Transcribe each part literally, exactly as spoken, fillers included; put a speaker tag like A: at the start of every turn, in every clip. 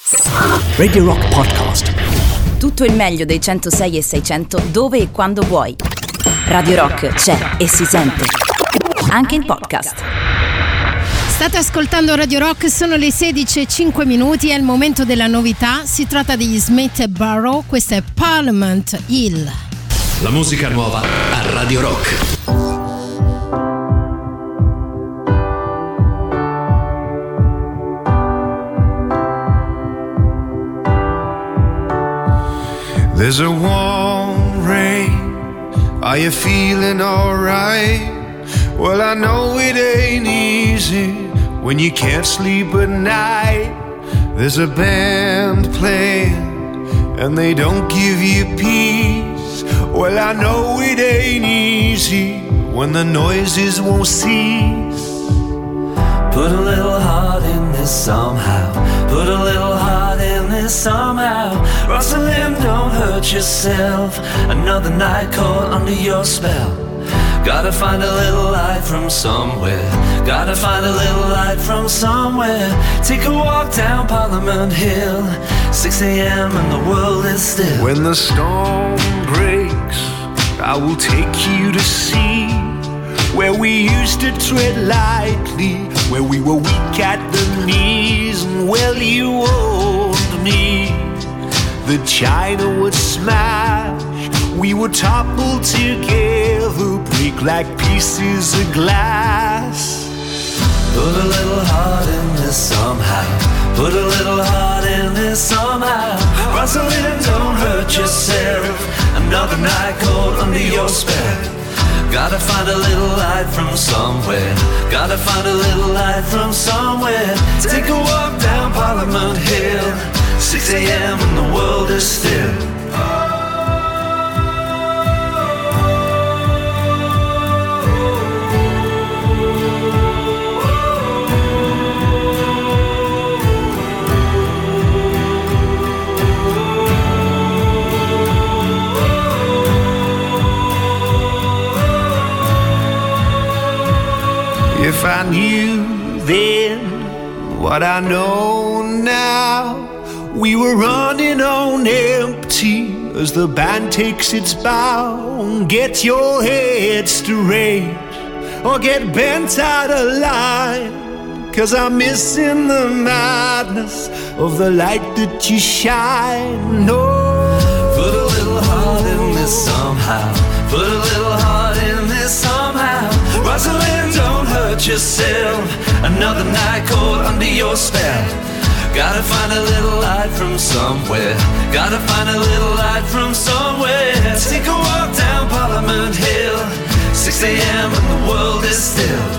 A: Radio Rock Podcast.
B: Tutto il meglio dei centosei e seicento dove e quando vuoi. Radio Rock c'è e si sente anche in podcast.
C: State ascoltando Radio Rock, sono le sedici e cinque minuti, è il momento della novità. Si tratta degli Smith and Barrow, questo è Parliament Hill.
A: La musica nuova a Radio Rock.
D: There's a warm rain. Are you feeling alright? Well, I know it ain't easy when you can't sleep at night. There's a band playing and they don't give you peace. Well, I know it ain't easy when the noises won't cease.
E: Put a little heart in this somehow. Put a little heart in this somehow. Rosalind, don't hurt yourself. Another night caught under your spell. Gotta find a little light from somewhere. Gotta find a little light from somewhere. Take a walk down Parliament Hill. six a.m. and the world is still.
D: When the storm breaks, I will take you to see where we used to tread lightly, where we were weak at the knees, and well, you warned me that China would smash. We would topple together, break like pieces of glass.
E: Put a little heart in this somehow. Put a little heart in this somehow. Rosalind, don't hurt yourself. Another night caught under your spell. Gotta find a little light from somewhere. Gotta find a little light from somewhere. Take a walk down Parliament Hill. six a.m. and the world is still.
D: If I knew then what I know now, we were running on empty as the band takes its bow. Get your head straight or get bent out of line, 'cause I'm missing the madness of the light that you shine. No.
E: Put a little heart in this somehow. Put a little heart in this somehow. Rosalind, don't hurt yourself. Another night caught under your spell. Gotta find a little light from somewhere. Gotta find a little light from somewhere. Take a walk down Parliament Hill. six a.m. and the world is still.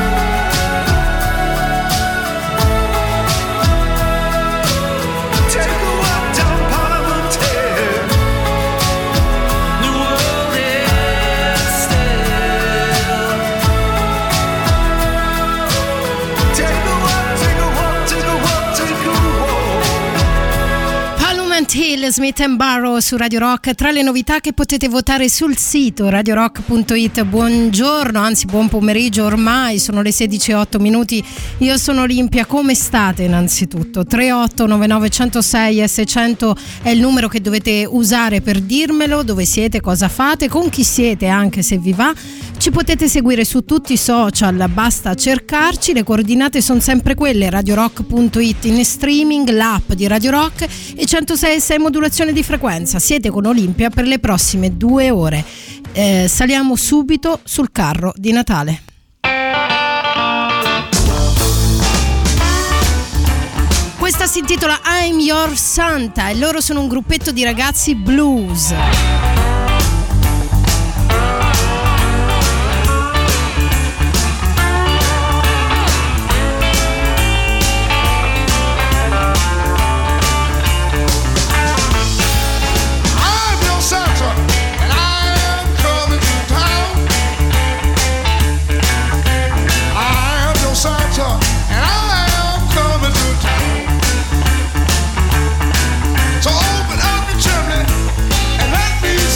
C: Hill, Smith and Barrow su Radio Rock, tra le novità che potete votare sul sito radio rock punto it. Buongiorno, anzi buon pomeriggio ormai, sono le sedici e otto minuti. Io sono Olimpia, come state innanzitutto? tre otto nove nove uno zero sei e seicento è il numero che dovete usare per dirmelo, dove siete, cosa fate, con chi siete, anche se vi va. Ci potete seguire su tutti i social, basta cercarci, le coordinate sono sempre quelle, radio rock punto it in streaming, l'app di Radio Rock e centosei e sei modulazione di frequenza. Siete con Olimpia per le prossime due ore. Eh, saliamo subito sul carro di Natale. Questa si intitola I'm Your Santa e loro sono un gruppetto di ragazzi blues.
F: So open up the chimney and let me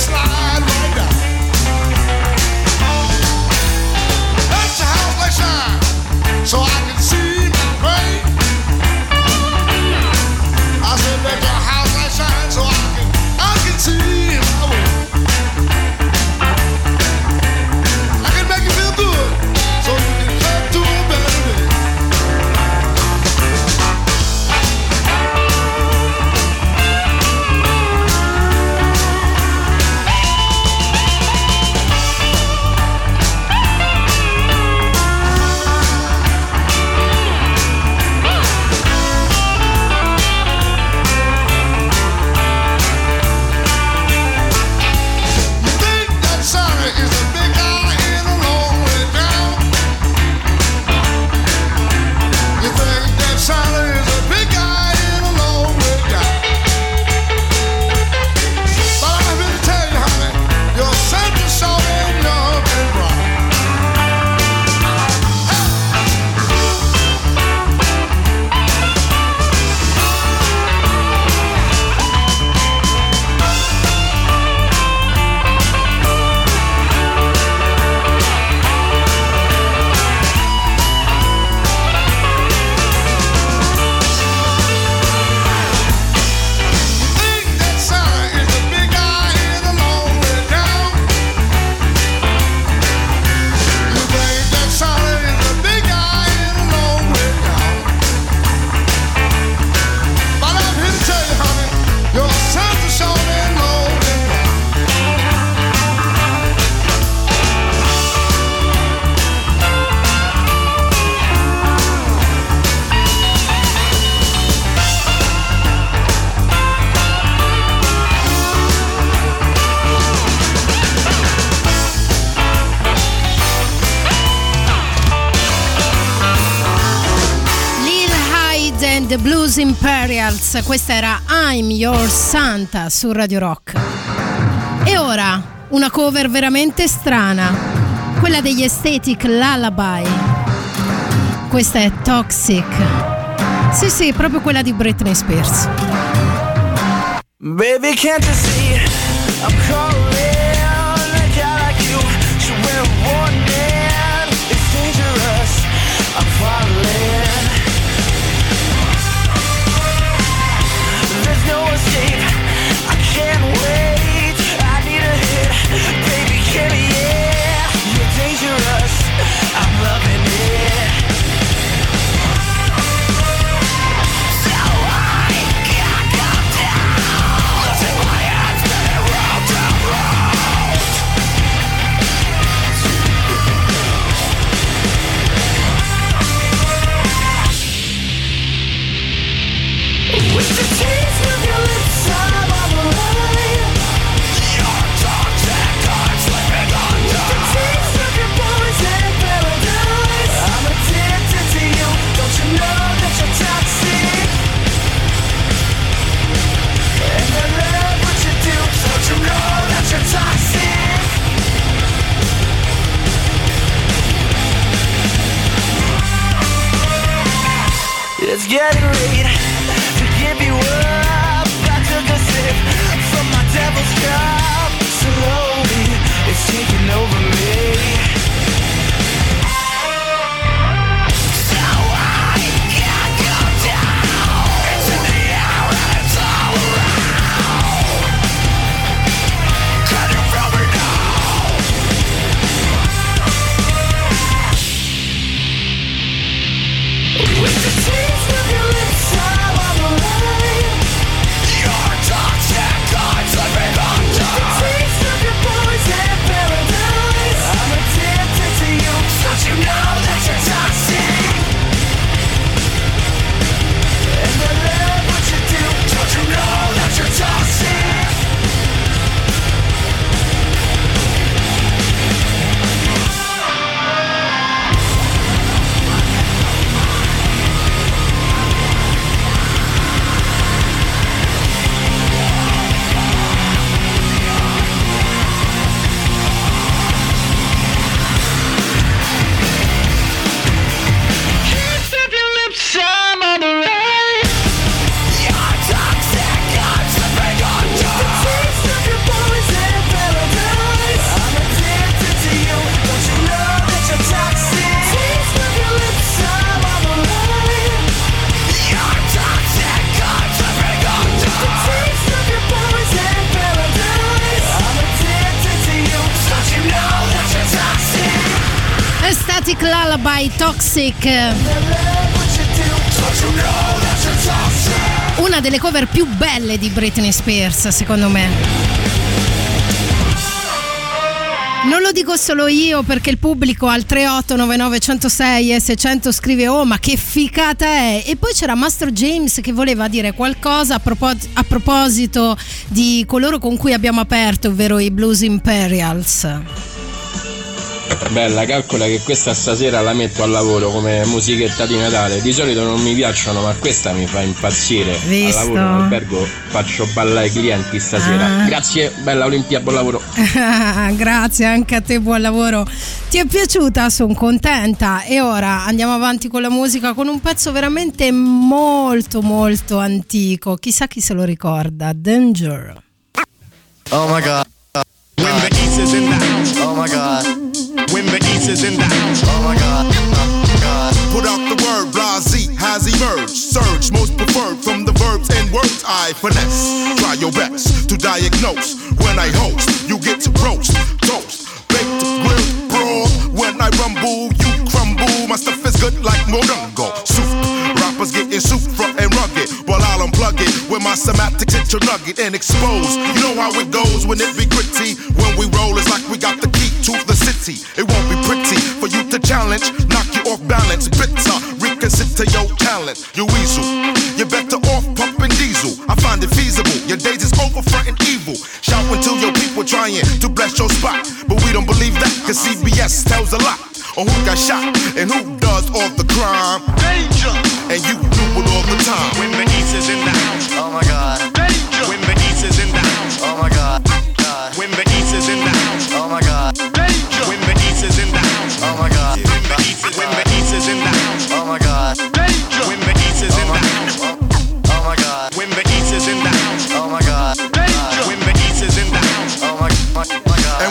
C: The Blues Imperials, questa era I'm Your Santa su Radio Rock. E ora una cover veramente strana, quella degli Aesthetic Lullaby. Questa è Toxic. Sì sì, proprio quella di Britney Spears.
E: Baby, can't you see I'm calling a guy like you should wear a warning. It's dangerous, I'm falling. There's no escape, I can't wait, I need a hit. Baby, give me it. You're dangerous, I'm loving it. With the taste of your lips, I'm on the line. You're toxic, I'm slipping under. With the taste of your poison paradise, I'm addicted to you. Don't you know that you're toxic? And I love what you do. Don't you know that you're toxic? It's getting late. Give you up, I took a sip from my devil's cup. Slowly, it's taking over me. So I can't go down. It's in the air and it's all around. Can you feel me now? With the taste of your lips, I'm on the line. You're toxic, I'm slipping under. The taste of your poison paradise, I'm addicted to you. Don't you know that you're toxic? And I love what you do. Don't you know that you're toxic?
C: Aesthetic Lullaby, Toxic. Una delle cover più belle di Britney Spears, secondo me. Non lo dico solo io, perché il pubblico al tre otto nove nove uno zero sei e seicento scrive: oh, ma che ficata è! E poi c'era Master James che voleva dire qualcosa a, propos- a proposito di coloro con cui abbiamo aperto, ovvero i Blues Imperials.
F: Bella, calcola che questa stasera la metto al lavoro come musichetta di Natale. Di solito non mi piacciono, ma questa mi fa impazzire.
C: Visto?
F: Al lavoro in albergo faccio ballare i clienti stasera. Ah. Grazie, bella Olimpia, buon lavoro.
C: Grazie anche a te, buon lavoro. Ti è piaciuta? Sono contenta. E ora andiamo avanti con la musica, con un pezzo veramente molto molto antico. Chissà chi se lo ricorda. Danger.
G: Oh my god. When the East is in the house. Oh my god. When the East is in the house. Oh my god. Oh god. Put out the word, Blasi has emerged. Surge, most preferred from the verbs and words I finesse. Try your best to diagnose. When I host, you get to roast, toast, baked, grilled, broad. When I rumble, you crumble. My stuff is good like Morongo. Soup, rappers getting soup front and rugged. While I'll unplug it with my semantics hit your nugget and expose. You know how it goes when it be gritty. When we roll, it's like we got the key to the city. It won't be pretty for you to challenge, knock you off balance. Bitter, reconsider your talent. You weasel, you're better off pumping diesel. I find it feasible. Your days is over fronting evil. Shouting till your people trying to bless your spot. But we don't believe that, cause C B S tells a lot on who got shot and who does all the crime. Danger! And you do it all the time.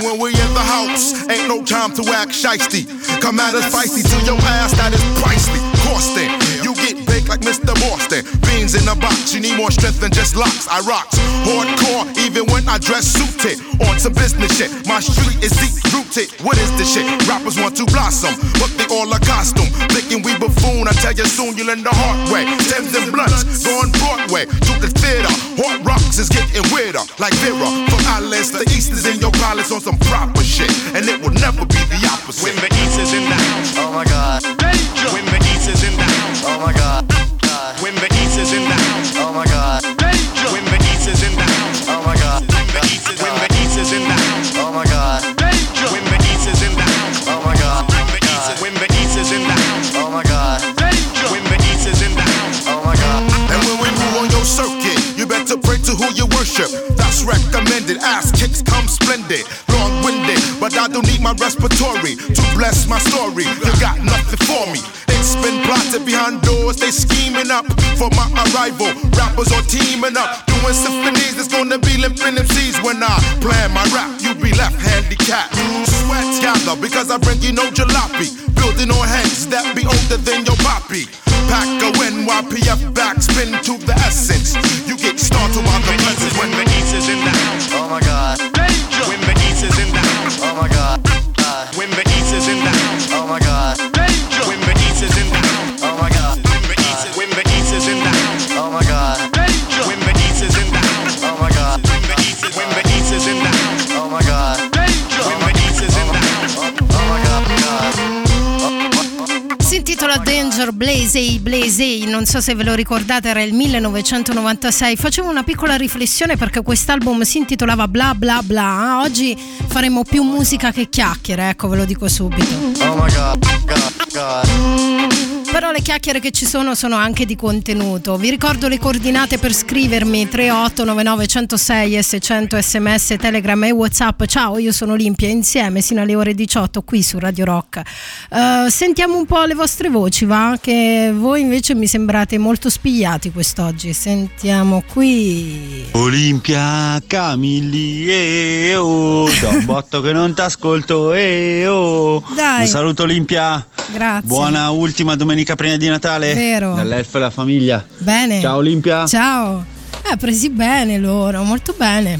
G: when we in the house, ain't no time to act shiesty. Come at us feisty to your ass, that is pricey. Costing, you get baked like Mister Boston. Beans in a box, you need more strength than just locks. I rocks hardcore, even when I dress suited. On some business shit, my street is deep rooted. What is this shit? Rappers want to blossom, but they all a costume. Thinking we buffoon, I tell you soon you'll learn the hard way. Thames and blunts, going Broadway to the theater. Hard rocks is getting weirder, like Vera. From Alice, the East is in your palace on some proper shit, and it will never be the opposite.
H: When the East is in the house,
G: oh my God.
H: Danger. When the East is in the house,
G: oh my God.
H: God. When the East is in the house,
G: oh my God.
H: Danger. When the East is in the house,
G: oh my God.
H: When the East is, when the East is in the house,
G: oh my God.
H: Danger. When the East is in the house,
G: oh my God.
H: When the East is, when the East is in the house,
G: oh my God.
H: Danger. When the East is in the house,
G: oh my God. And when we move on your circuit, you better pray to who you worship. That's recommended. Ass kicks come splendid, long-winded, but I don't need my respiratory to bless my story. You got nothing for me. It's been plotted behind doors, they scheming up for my arrival. Rappers are teaming up, doing symphonies. It's gonna be limping M Cs when I plan my rap. You be left handicapped. Sweat gather because I bring you no jalopy. Building on heads that be older than your poppy. Pack a N Y P F backspin to the essence. You get started by the presence
H: when the East is in the house.
G: Oh my God.
H: Danger. When the East is in the house.
G: Oh my God.
H: When the East is in the house.
G: Oh my God.
H: Danger. When the East is in the house.
G: Oh my God.
H: When the East is, when the East is in the house.
G: Oh my God.
H: Danger. When the East is in the house.
G: Oh my God.
H: When the East is, when the East is in the house.
G: Oh my God.
H: Danger. When the East is in the house.
G: Oh my God.
C: Si intitola Danger, Blaze, Blaze, non so se ve lo ricordate, era il millenovecentonovantasei. Facevo una piccola riflessione perché quest'album si intitolava Bla Bla Bla. Oggi faremo più musica che chiacchiere, ecco, ve lo dico subito.
G: Oh my God, God, God.
C: Però le chiacchiere che ci sono sono anche di contenuto. Vi ricordo le coordinate per scrivermi: tre otto nove nove uno zero sei seicento, sms, telegram e whatsapp. Ciao, io sono Olimpia, insieme sino alle ore diciotto qui su Radio Rock. Uh, sentiamo un po' le vostre voci, va? Che voi invece mi sembrate molto spigliati quest'oggi. Sentiamo qui.
I: Olimpia, Camilli, eh, oh, da un botto che non t'ascolto, eh, oh.
C: Dai.
I: Un saluto Olimpia.
C: Grazie.
I: Buona ultima domenica prima di Natale.
C: Vero.
I: Dall'Elfo e la famiglia.
C: Bene.
I: Ciao Olimpia.
C: Ciao. Eh, presi bene loro, molto bene.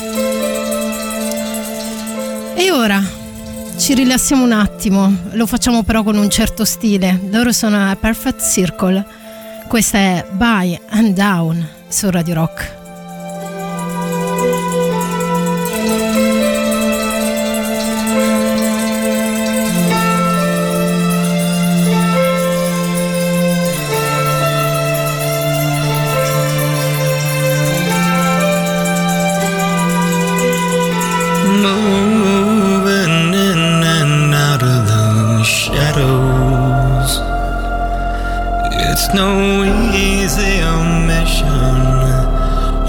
C: E ora ci rilassiamo un attimo, lo facciamo però con un certo stile. Loro sono a Perfect Circle. Questa è By and Down su Radio Rock.
J: No easy mission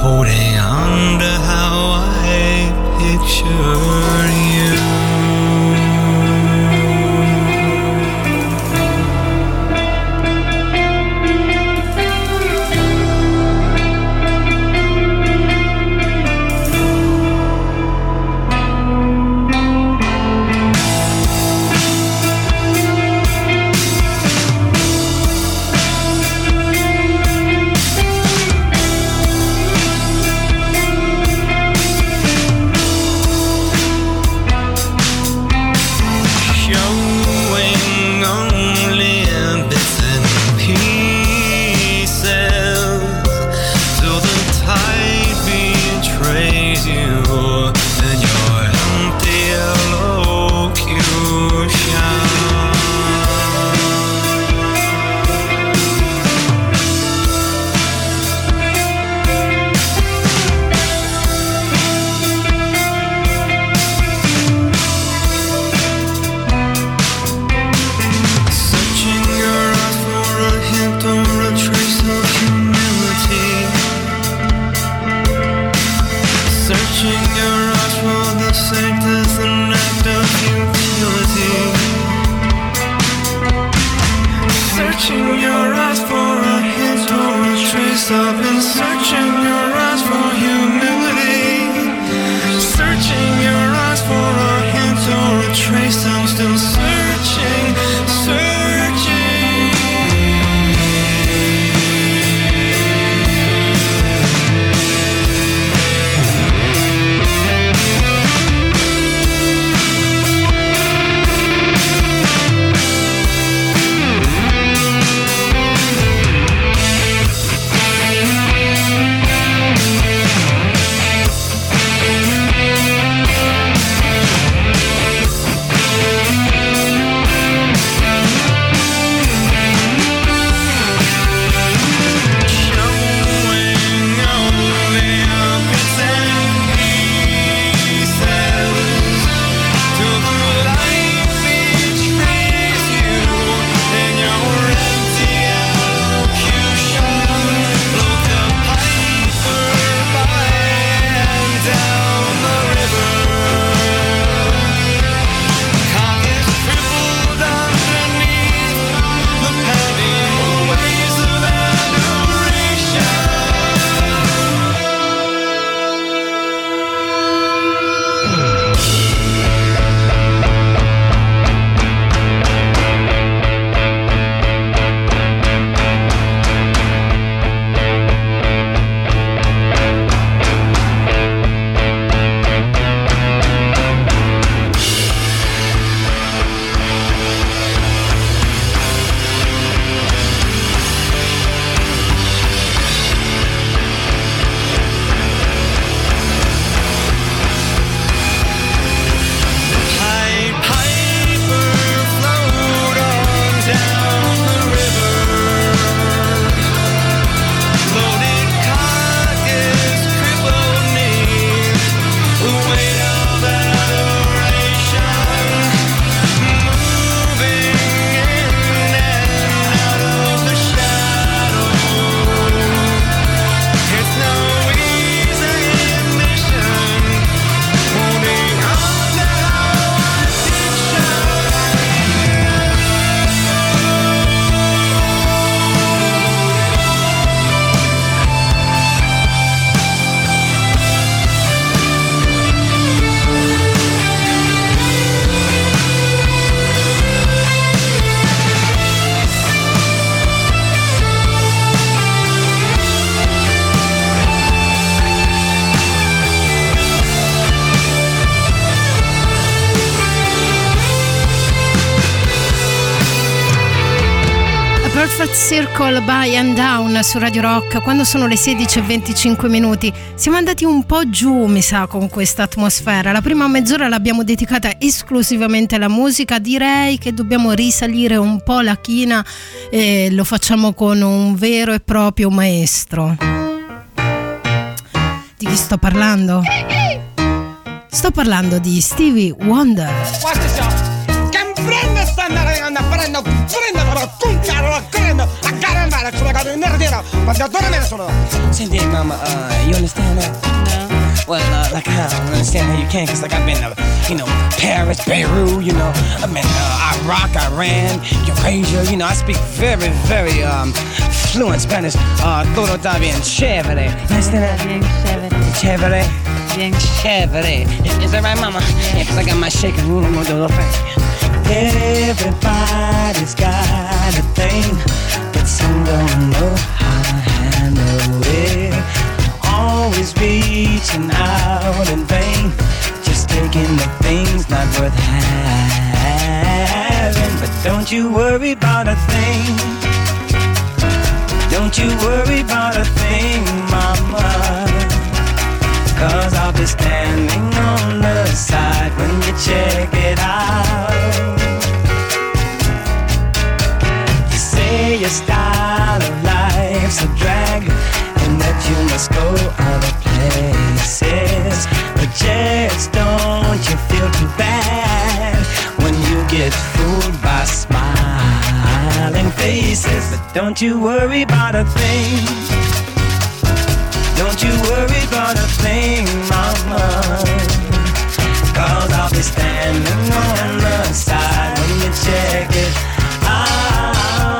C: Heart Circle by and Down su Radio Rock quando sono le sedici e venticinque minuti. Siamo andati un po' giù, mi sa, con questa atmosfera. La prima mezz'ora l'abbiamo dedicata esclusivamente alla musica. Direi che dobbiamo risalire un po' la china e lo facciamo con un vero e proprio maestro. Di chi sto parlando? Sto parlando di Stevie Wonder.
J: Senti, mama, uh, you understand that? No. Well, uh, like, I don't understand how you can, cause like I've been, uh, you know, Paris, Beirut, you know, I've been, uh, Iraq, Iran, Eurasia, you know, I speak very, very, um, fluent Spanish, uh, todo está bien chévere. You understand that? Bien chévere. Chévere? Bien chévere. Is that right, mama? Yeah, cause I got my shaking room, I'm gonna do a little thing. Everybody's got a thing, but some don't know how to handle it. Always reaching out in vain, just taking the things not worth having. But don't you worry about a thing. Don't you worry about a thing, mama, cause I'll be standing on the side when you check it out. You say your style of life's a drag and that you must go other places, but just don't you feel too bad when you get fooled by smiling faces. But don't you worry about a thing. Don't you worry about a thing, mama, cause I'll be standing on the side when you check it out.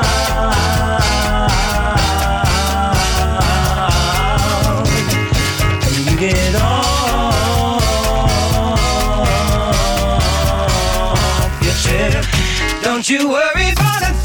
J: And you get off your trip. Don't you worry about a thing.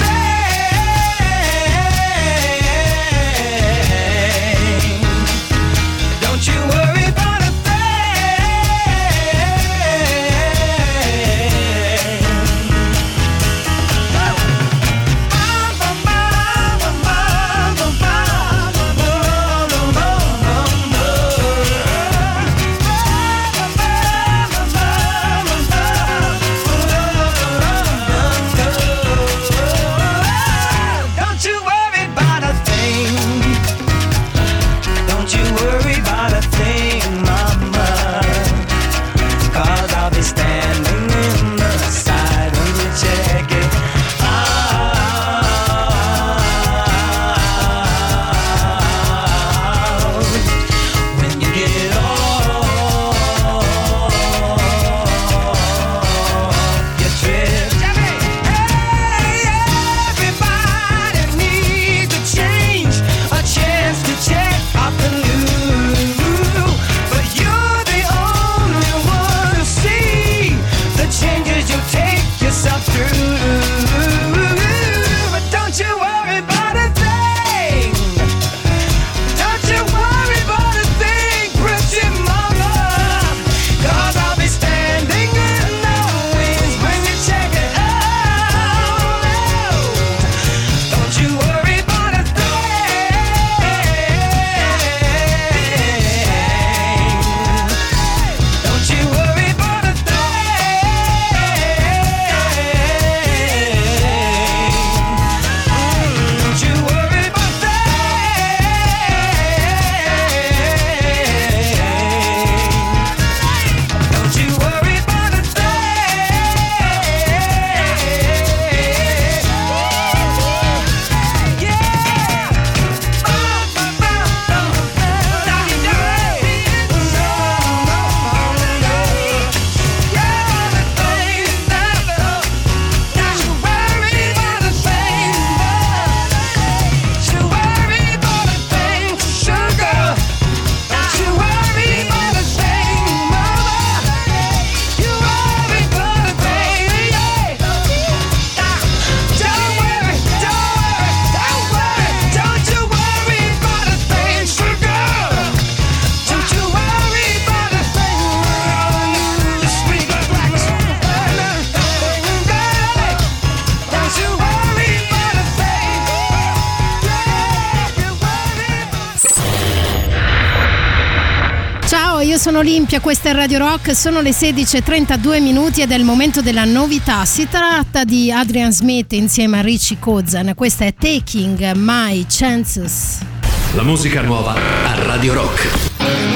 C: io sono Olimpia, questa è Radio Rock, sono le sedici e trentadue minuti ed è il momento della novità. Si tratta di Adrian Smith insieme a Richie Kotzen, questa è Taking My Chances.
A: La musica nuova a Radio Rock.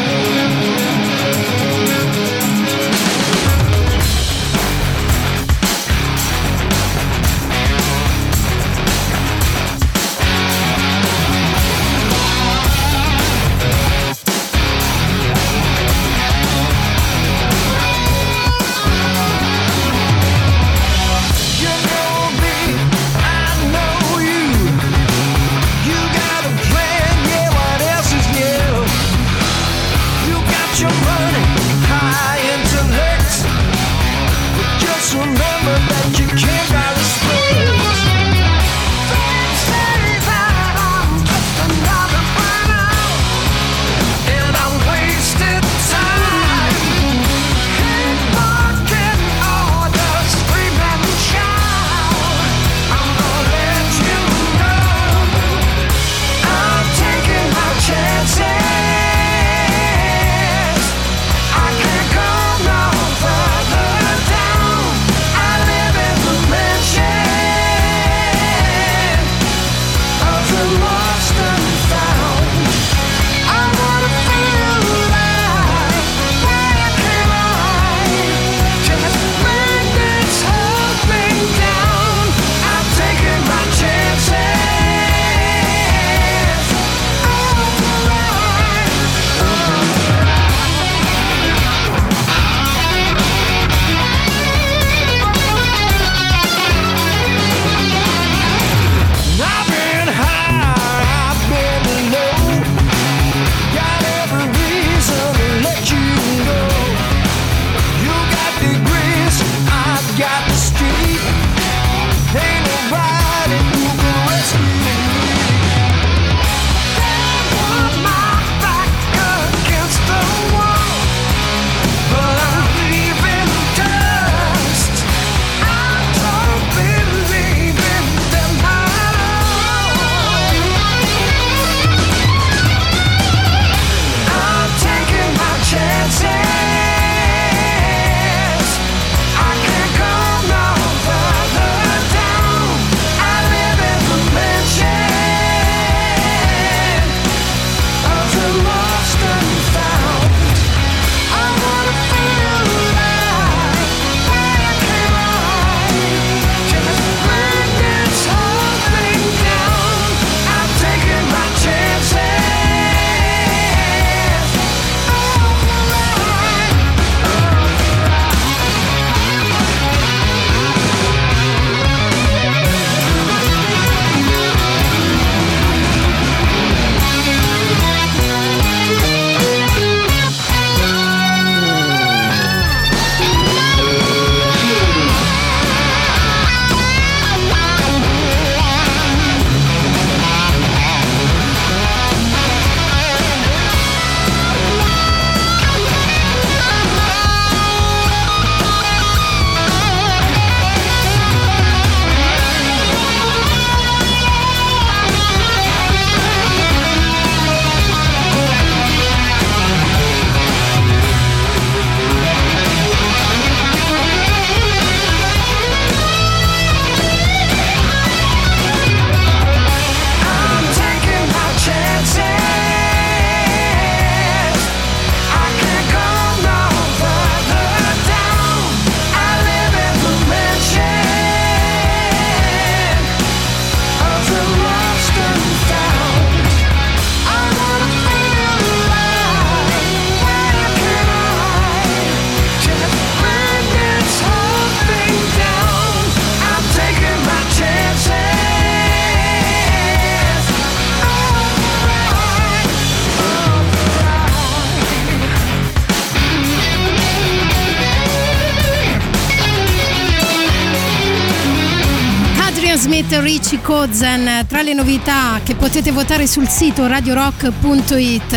C: Smith, Richie Kotzen, tra le novità che potete votare sul sito radio rock punto it.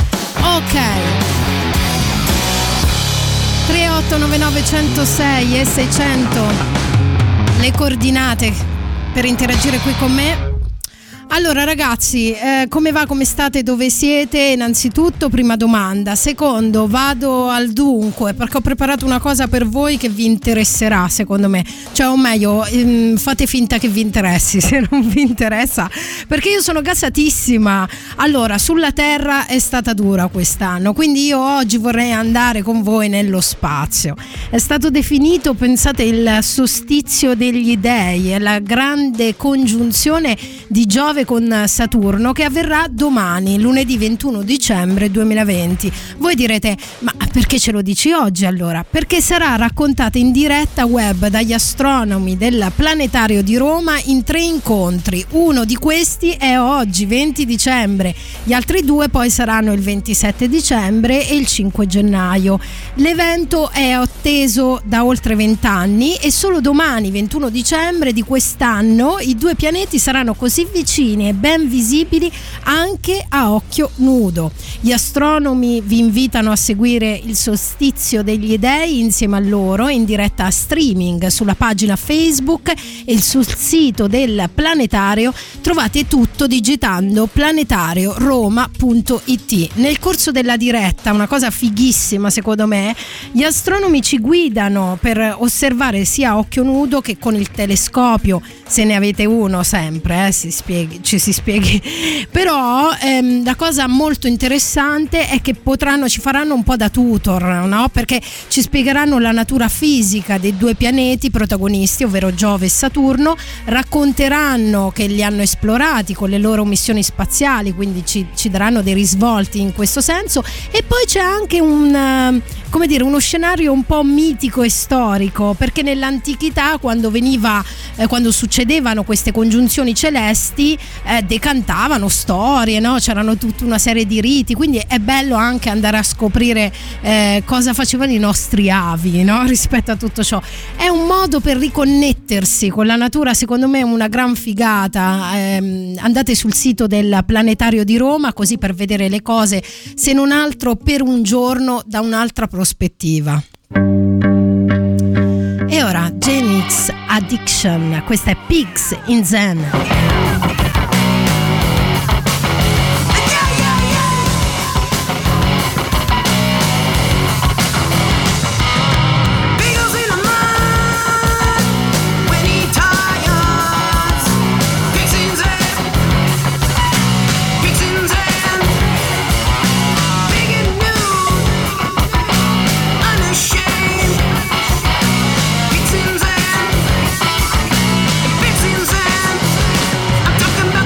C: Ok, tre otto nove nove uno zero sei e seicento le coordinate per interagire qui con me. Allora ragazzi, eh, come va, come state, dove siete? Innanzitutto, prima domanda. Secondo, vado al dunque, perché ho preparato una cosa per voi che vi interesserà, secondo me. Cioè, o meglio, ehm, fate finta che vi interessi, se non vi interessa, perché io sono gasatissima. Allora, sulla Terra è stata dura quest'anno, quindi io oggi vorrei andare con voi nello spazio. È stato definito, pensate, il solstizio degli dei, è la grande congiunzione di Giove con Saturno che avverrà domani, lunedì ventuno dicembre duemilaventi. Voi direte, ma perché ce lo dici oggi allora? Perché sarà raccontata in diretta web dagli astronomi del Planetario di Roma in tre incontri. Uno di questi è oggi, venti dicembre, gli altri due poi saranno il ventisette dicembre e il cinque gennaio. L'evento è atteso da oltre vent'anni e solo domani, ventuno dicembre di quest'anno, i due pianeti saranno così vicini e ben visibili anche a occhio nudo. Gli astronomi vi invitano a seguire il solstizio degli dei insieme a loro in diretta streaming sulla pagina Facebook e sul sito del planetario. Trovate tutto digitando planetario roma punto it. Nel corso della diretta, una cosa fighissima secondo me, gli astronomi ci guidano per osservare sia a occhio nudo che con il telescopio, se ne avete uno sempre, eh, si spieghi, ci si spieghi. Però ehm, la cosa molto interessante è che potranno, ci faranno un po' da tutor, no? Perché ci spiegheranno la natura fisica dei due pianeti protagonisti, ovvero Giove e Saturno, racconteranno che li hanno esplorati con le loro missioni spaziali, quindi ci, ci daranno dei risvolti in questo senso. E poi c'è anche un, come dire, uno scenario un po' mitico e storico, perché nell'antichità, quando veniva eh, quando succedevano queste congiunzioni celesti, eh, decantavano storie, no? C'erano tutta una serie di riti, quindi è bello anche andare a scoprire eh, cosa facevano i nostri avi, no? Rispetto a tutto ciò. È un modo per riconnettersi con la natura, secondo me è una gran figata. Eh, andate sul sito del Planetario di Roma così per vedere le cose, se non altro per un giorno, da un'altra prospettiva. E ora Genix Addiction, questa è Pigs in Zen.
K: Talking about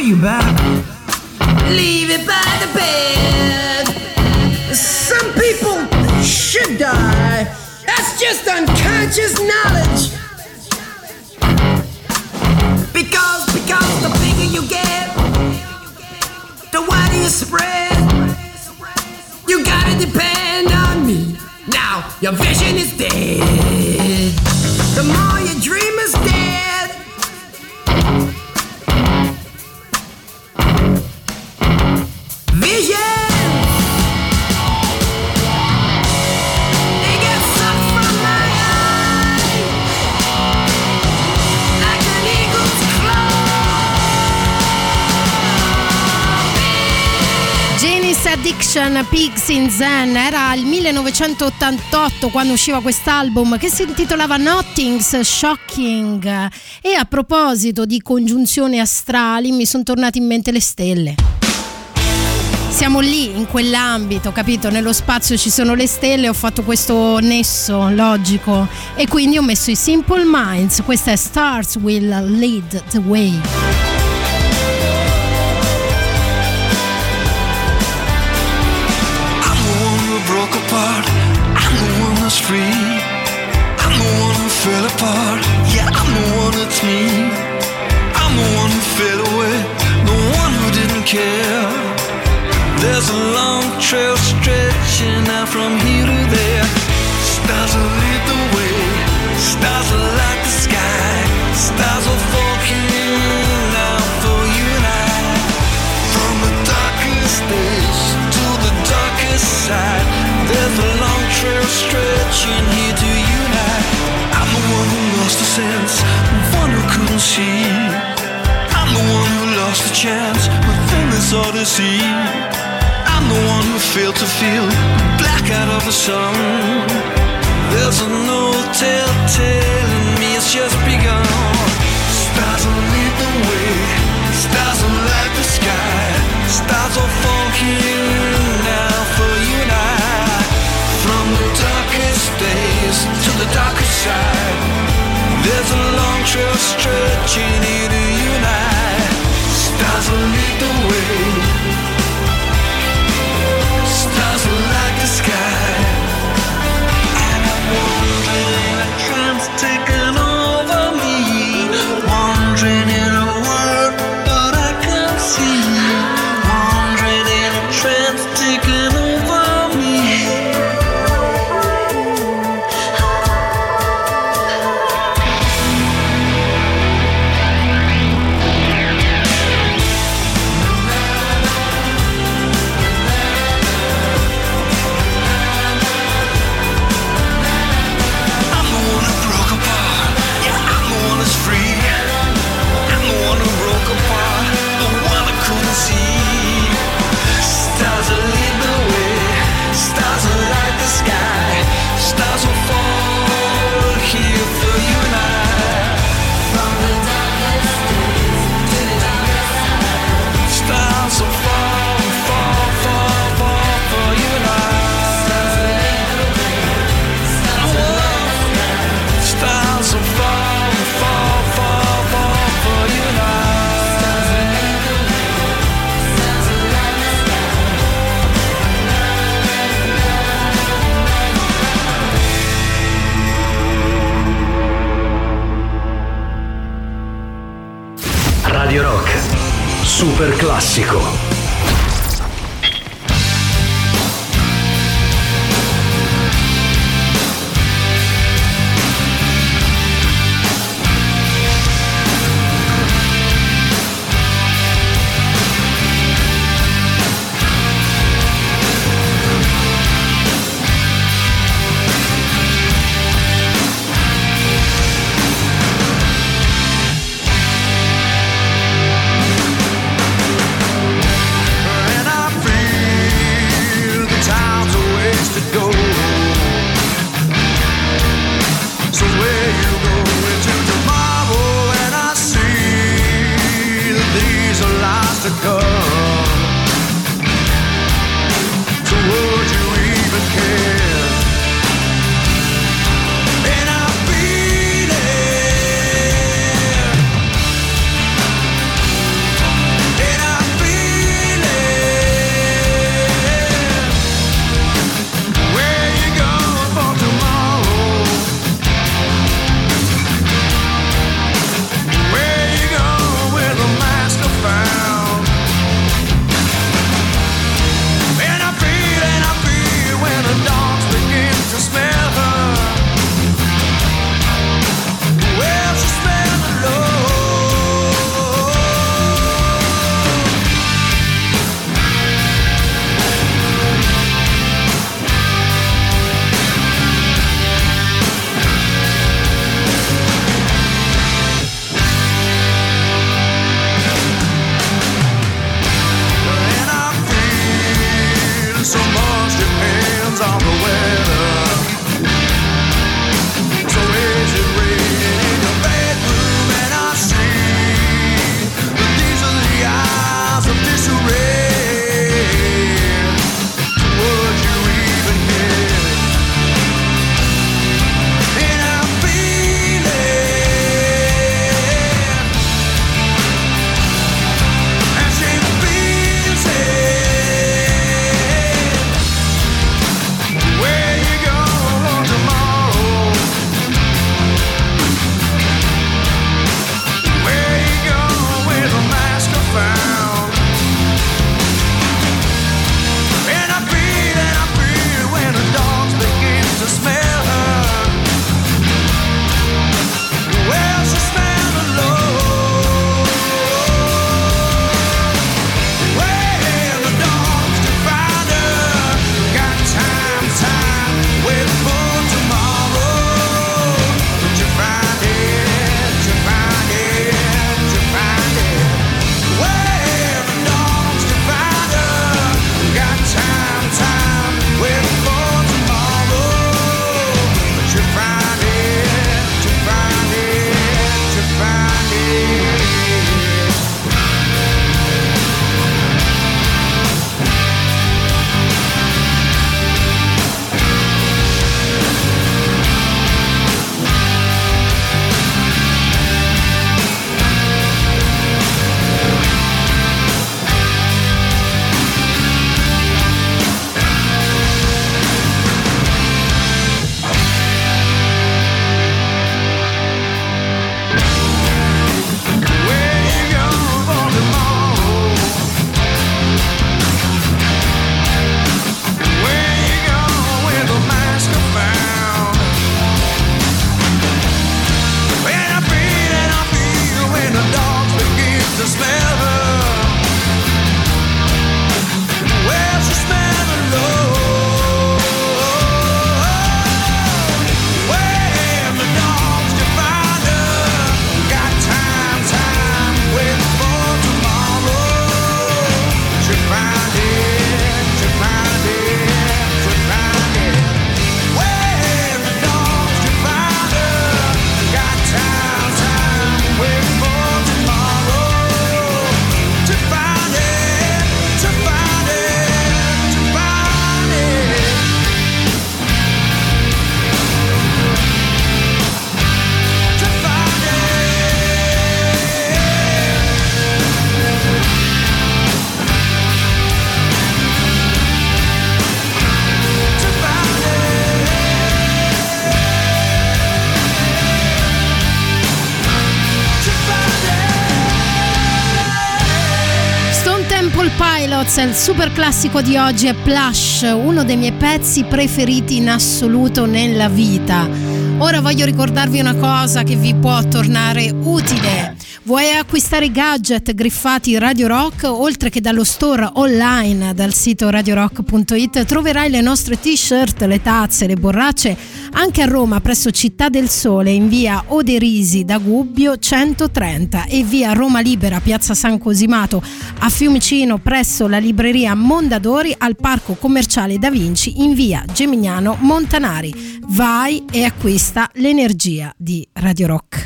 K: you back. Leave it by the bed. Some people should die. That's just unconscious knowledge. Because, because the bigger you get, the wider you spread. You gotta depend on me. Now your vision is dead. The more you dream is dead. Vision. They get sucked from my eye like an eagle's claw.
C: Janis Addiction, Pigs in Zen. Era il millenovecentottantotto quando usciva quest'album che si intitolava Nothing's Shocking. E a proposito di congiunzioni astrali mi sono tornate in mente le stelle. Siamo lì, in quell'ambito, capito? Nello spazio ci sono le stelle, ho fatto questo nesso logico e quindi ho messo i Simple Minds. Questa è Stars Will Lead the Way.
E: Broke apart, I'm the one that's free. I'm the one who fell apart. Yeah, I'm the one that's me. I'm the one who fell away, the one who didn't care. There's a long trail stretching out from here to there. Stars will lead the way. Stars will light the sky. Stars will falling out for you and I. From the darkest days to the darkest side. There's a long trail stretching here to you and I. I'm the one who lost the sense, the one who couldn't see. I'm the one who lost the chance within this odyssey. I'm the one who failed to feel the blackout of the sun. There's no telltale in me, it's just begun. Stars will lead the way. Stars will light the sky. Stars will fall here now for you and I. From the darkest days to the darkest side. There's a long trail stretching here to you and I. Stars will lead the way. Stars will light the sky. And I'm wondering, a trance taking over me. Wandering in a world but I can't see. Wandering in a trance taking over me.
A: Radio Rock, super classico.
E: Stars
C: Pilots, il super classico di oggi è Plush, uno dei miei pezzi preferiti in assoluto nella vita. Ora voglio ricordarvi una cosa che vi può tornare utile. Vuoi acquistare gadget griffati Radio Rock? Oltre che dallo store online dal sito radio rock punto it troverai le nostre t-shirt, le tazze, le borracce anche a Roma presso Città del Sole in via Oderisi da Gubbio centotrenta e via Roma Libera piazza San Cosimato a Fiumicino presso la libreria Mondadori al parco commerciale Da Vinci in via Gemignano Montanari. Vai e acquista l'energia di Radio Rock.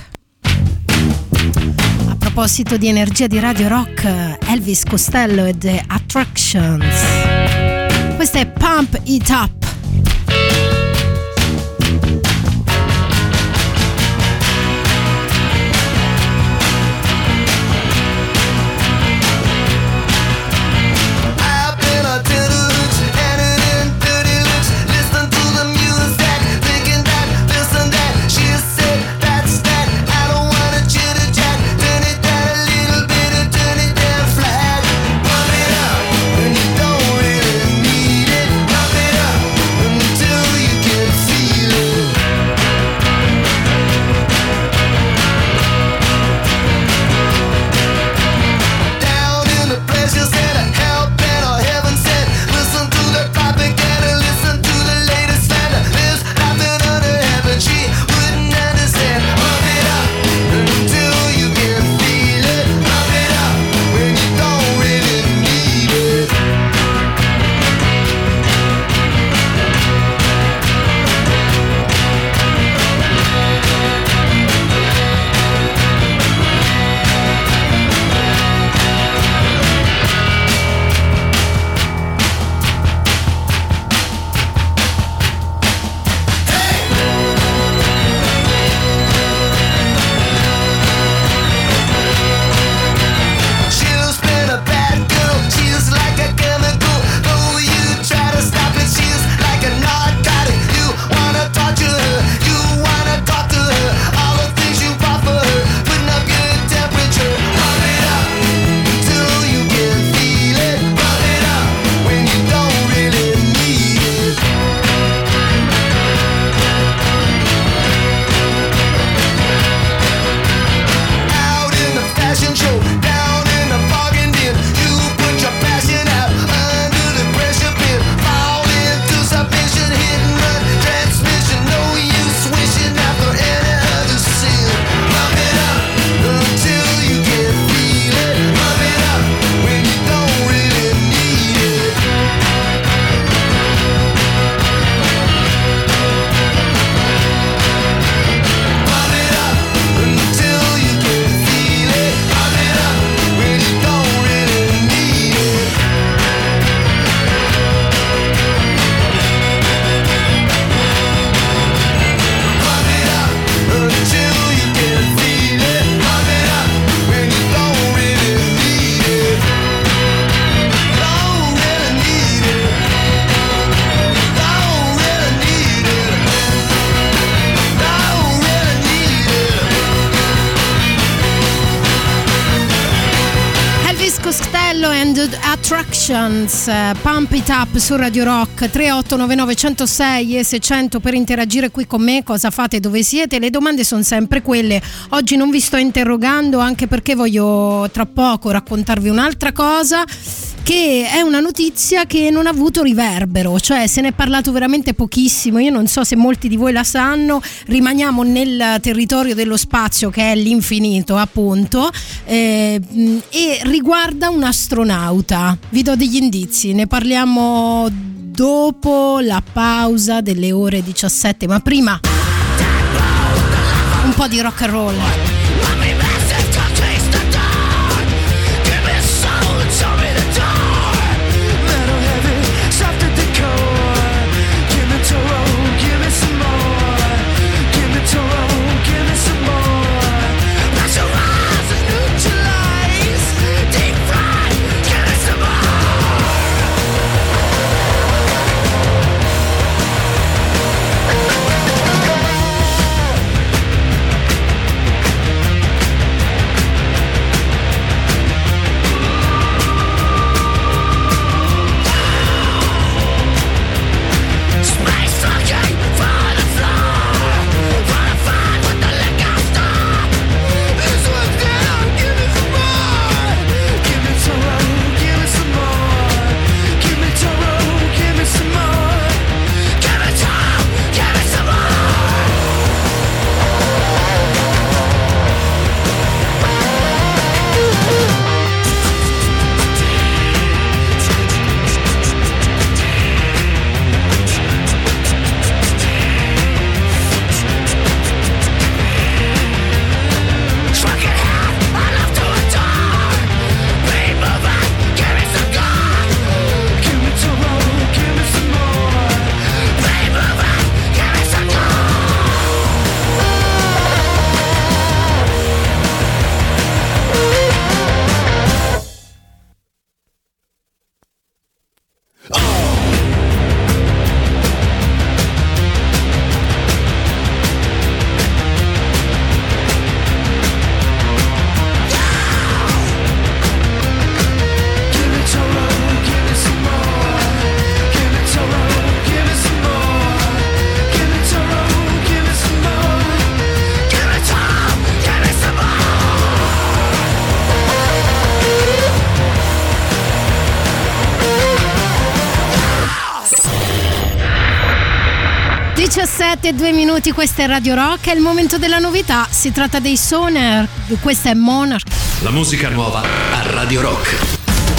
C: A proposito di energia di Radio Rock, Elvis Costello e The Attractions. Questa è Pump It Up. Attractions, Pump It Up su Radio Rock. Tre otto nove nove uno zero sei e seicento per interagire qui con me. Cosa fate, dove siete? Le domande sono sempre quelle. Oggi non vi sto interrogando, anche perché voglio tra poco raccontarvi un'altra cosa, che è una notizia che non ha avuto riverbero, cioè se ne è parlato veramente pochissimo. Io non so se molti di voi la sanno, rimaniamo nel territorio dello spazio, che è l'infinito appunto, eh, e riguarda un astronauta. Vi do degli indizi, ne parliamo dopo la pausa delle ore diciassette, ma prima un po' di rock and roll. sette e due minuti, questa è Radio Rock, è il momento della novità, si tratta dei Sonar, questa è Monarch.
A: La musica nuova a Radio Rock.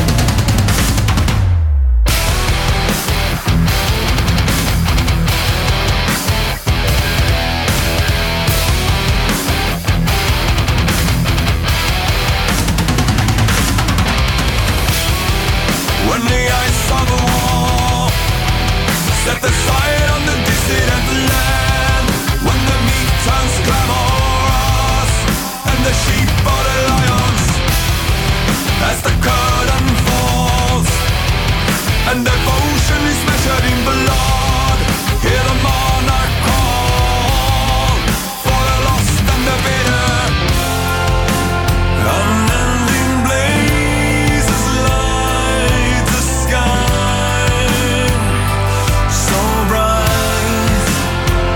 L: Set the fire on the dissident land. When the meat turns glamorous and the sheep are the lions, as the curtain falls and devotion is measured in blood, hear the monarch call for the lost and the bitter. Unending blazes light the sky.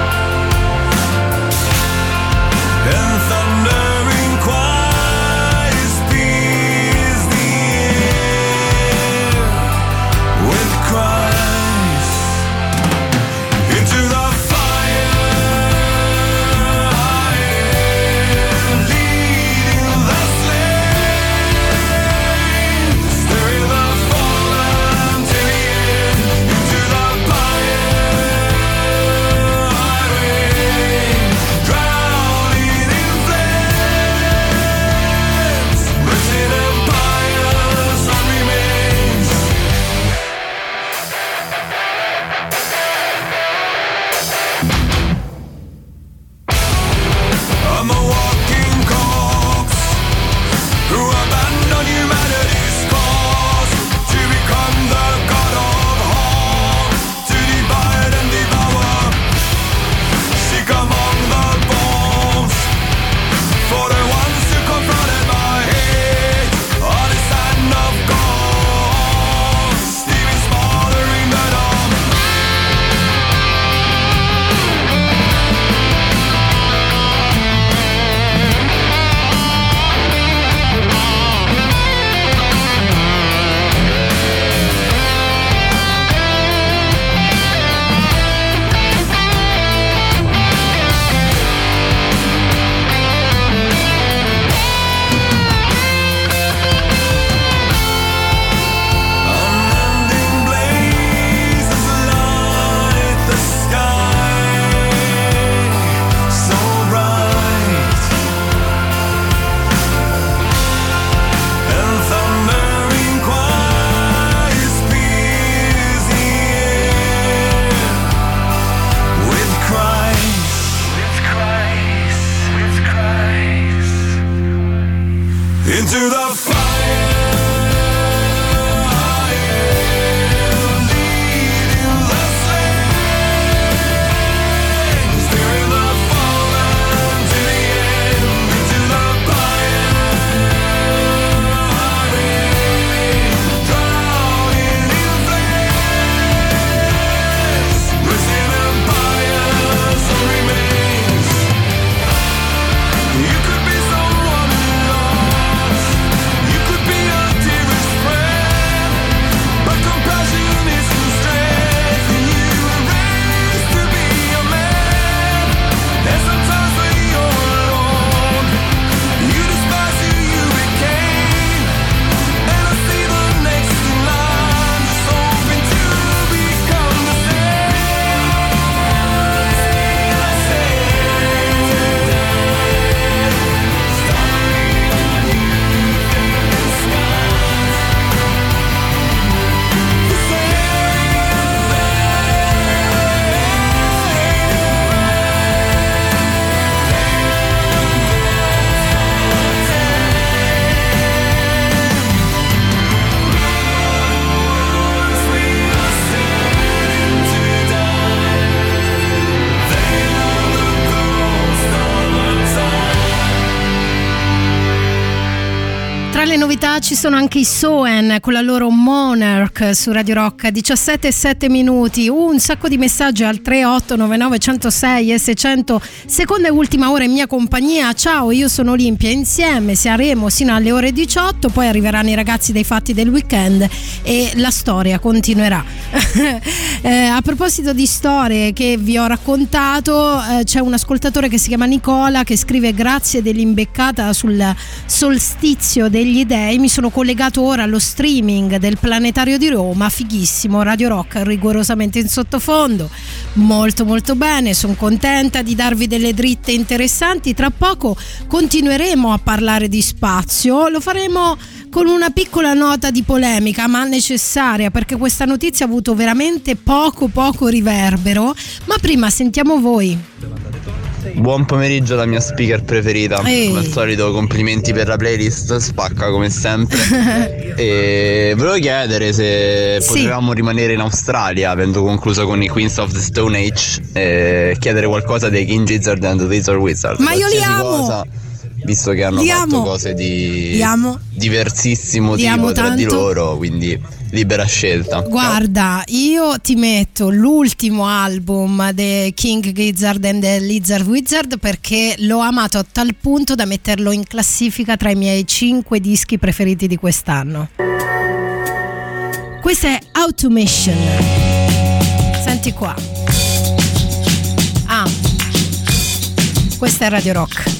C: le novità ci sono anche i Soen con la loro Monarch su Radio Rock. Diciassette e sette minuti, un sacco di messaggi al tre otto nove nove uno zero sei e seicento. Seconda e ultima ora in mia compagnia. Ciao, io sono Olimpia, insieme saremo sino alle ore diciotto, poi arriveranno i ragazzi dei fatti del weekend e la storia continuerà. eh, a proposito di storie che vi ho raccontato, eh, c'è un ascoltatore che si chiama Nicola che scrive: grazie dell'imbeccata sul solstizio degli dei, mi sono collegato ora allo streaming del Planetario di Roma, fighissimo, Radio Rock rigorosamente in sottofondo, molto molto bene, sono contenta di darvi delle dritte interessanti. Tra poco continueremo a parlare di spazio, lo faremo con una piccola nota di polemica ma necessaria, perché questa notizia ha avuto veramente poco poco riverbero. Ma prima sentiamo voi.
M: Buon pomeriggio, la mia speaker preferita.
C: Ehi.
M: Come al solito, complimenti per la playlist, spacca come sempre. E volevo chiedere se
C: Sì.
M: potevamo rimanere in Australia, avendo concluso con i Queens of the Stone Age, e chiedere qualcosa dei King Gizzard and the Lizard Wizard.
C: Ma io li
M: Qualsiasi
C: amo!
M: cosa, visto che hanno
C: Li
M: fatto
C: amo.
M: cose di
C: Li amo.
M: diversissimo
C: Li
M: tipo
C: amo
M: tra di
C: tanto.
M: loro, quindi libera scelta.
C: Guarda, io ti metto l'ultimo album dei King Gizzard and the Lizard Wizard perché l'ho amato a tal punto da metterlo in classifica tra i miei cinque dischi preferiti di quest'anno. Questa è Automation. Senti qua. Ah, questa è Radio Rock.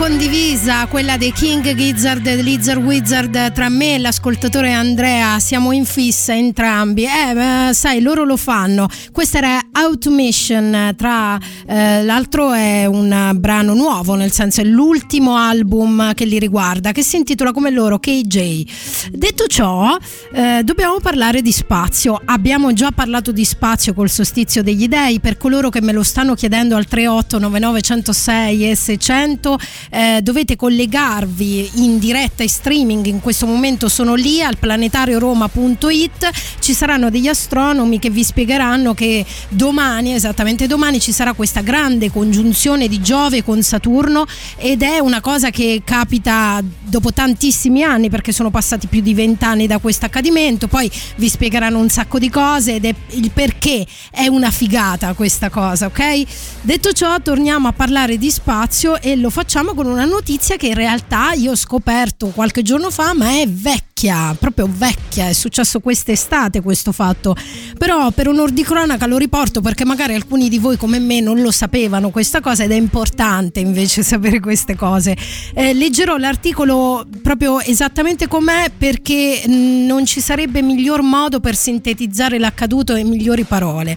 C: condivisa, quella dei King Gizzard e Lizard Wizard, tra me e l'ascoltatore Andrea. Siamo in fissa entrambi, eh ma sai, loro lo fanno. Questa era Automation, tra eh, l'altro è un brano nuovo, nel senso è l'ultimo album che li riguarda, che si intitola come loro K J. Detto ciò, eh, dobbiamo parlare di spazio. Abbiamo già parlato di spazio col solstizio degli dei. Per coloro che me lo stanno chiedendo al tre otto nove nove uno zero sei e seicento, eh, dovete collegarvi in diretta e streaming. In questo momento sono lì al planetario roma punto it. Ci saranno degli astronomi che vi spiegheranno che domani, esattamente domani, ci sarà questa grande congiunzione di Giove con Saturno, ed è una cosa che capita dopo tantissimi anni, perché sono passati più di vent'anni da questo accadimento. Poi vi spiegheranno un sacco di cose ed è il perché è una figata questa cosa, ok? Detto ciò, torniamo a parlare di spazio e lo facciamo con una notizia che in realtà io ho scoperto qualche giorno fa, ma è vecchia, proprio vecchia. È successo quest'estate questo fatto, però per onor di cronaca lo riporto, perché magari alcuni di voi come me non lo sapevano questa cosa, ed è importante invece sapere queste cose. Eh, leggerò l'articolo proprio esattamente com'è, perché non ci sarebbe miglior modo per sintetizzare l'accaduto in migliori parole.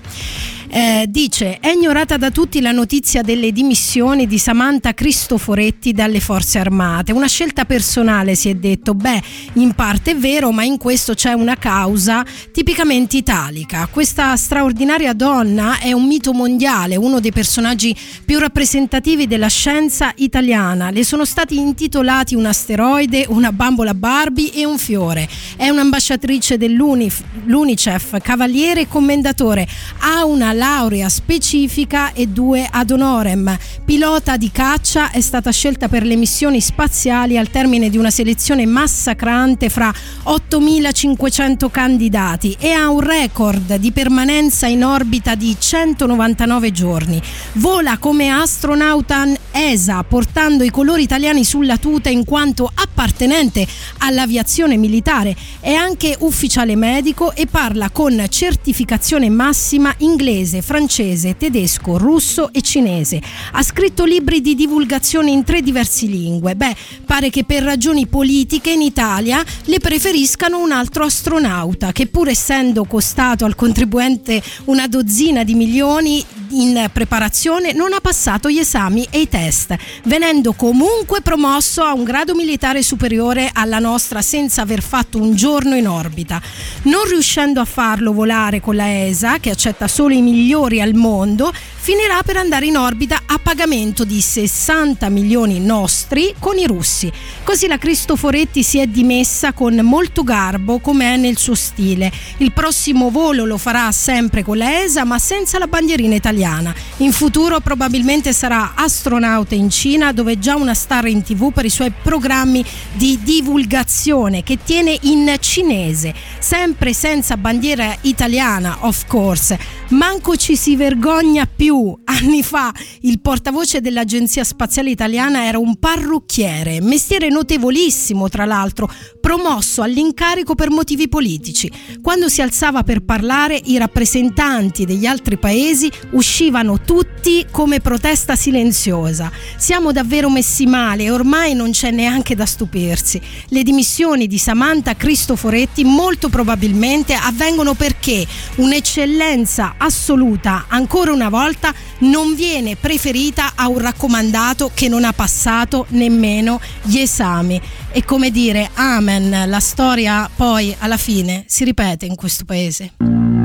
C: Eh, dice: è ignorata da tutti la notizia delle dimissioni di Samantha Cristoforetti dalle forze armate. Una scelta personale, si è detto. Beh, in parte è vero, ma in questo c'è una causa tipicamente italica. Questa straordinaria donna è un mito mondiale, uno dei personaggi più rappresentativi della scienza italiana. Le sono stati intitolati un asteroide, una bambola Barbie e un fiore. È un'ambasciatrice dell'Unicef, cavaliere e commendatore. Ha una laurea specifica e due ad honorem. Pilota di caccia, è stata scelta per le missioni spaziali al termine di una selezione massacrante fra ottomilacinquecento candidati, e ha un record di permanenza in orbita di centonovantanove giorni. Vola come astronauta E S A, portando i colori italiani sulla tuta in quanto appartenente all'aviazione militare. È anche ufficiale medico e parla con certificazione massima inglese, francese, tedesco, russo e cinese. Ha scritto libri di divulgazione in tre diverse lingue. Beh, pare che per ragioni politiche in Italia le preferiscano un altro astronauta, che pur essendo costato al contribuente una dozzina di milioni in preparazione, non ha passato gli esami e i test, venendo comunque promosso a un grado militare superiore alla nostra senza aver fatto un giorno in orbita. Non riuscendo a farlo volare con la E S A, che accetta solo i migliori al mondo, finirà per andare in orbita a pagamento di sessanta milioni nostri con i russi. Così la Cristoforetti si è dimessa con molto garbo, come è nel suo stile. Il prossimo volo lo farà sempre con la E S A, ma senza la bandierina italiana. In futuro probabilmente sarà astronauta in Cina, dove è già una star in tivù per i suoi programmi di divulgazione che tiene in cinese, sempre senza bandiera italiana, of course. Manco ci si vergogna più. Anni fa il portavoce dell'Agenzia Spaziale Italiana era un parrucchiere, mestiere notevolissimo tra l'altro, promosso all'incarico per motivi politici. Quando si alzava per parlare, i rappresentanti degli altri paesi uscivano tutti come protesta silenziosa. Siamo davvero messi male e ormai non c'è neanche da stupirsi. Le dimissioni di Samantha Cristoforetti molto probabilmente avvengono perché un'eccellenza assoluta, ancora una volta, non viene preferita a un raccomandato che non ha passato nemmeno gli esami. E come dire, amen, la storia poi alla fine si ripete in questo paese.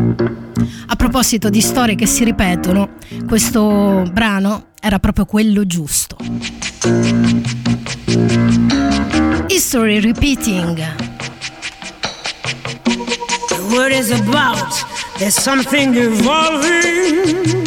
C: A proposito di storie che si ripetono, questo brano era proprio quello giusto. History repeating.
N: The word is about, there's something evolving.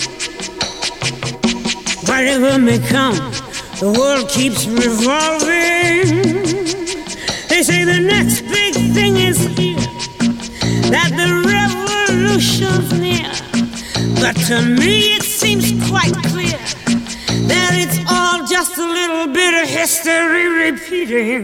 N: Whatever may come, the world keeps revolving. They say the next big thing is here, that the revolution's near. But to me it seems quite clear that it's all just a little bit of history repeating.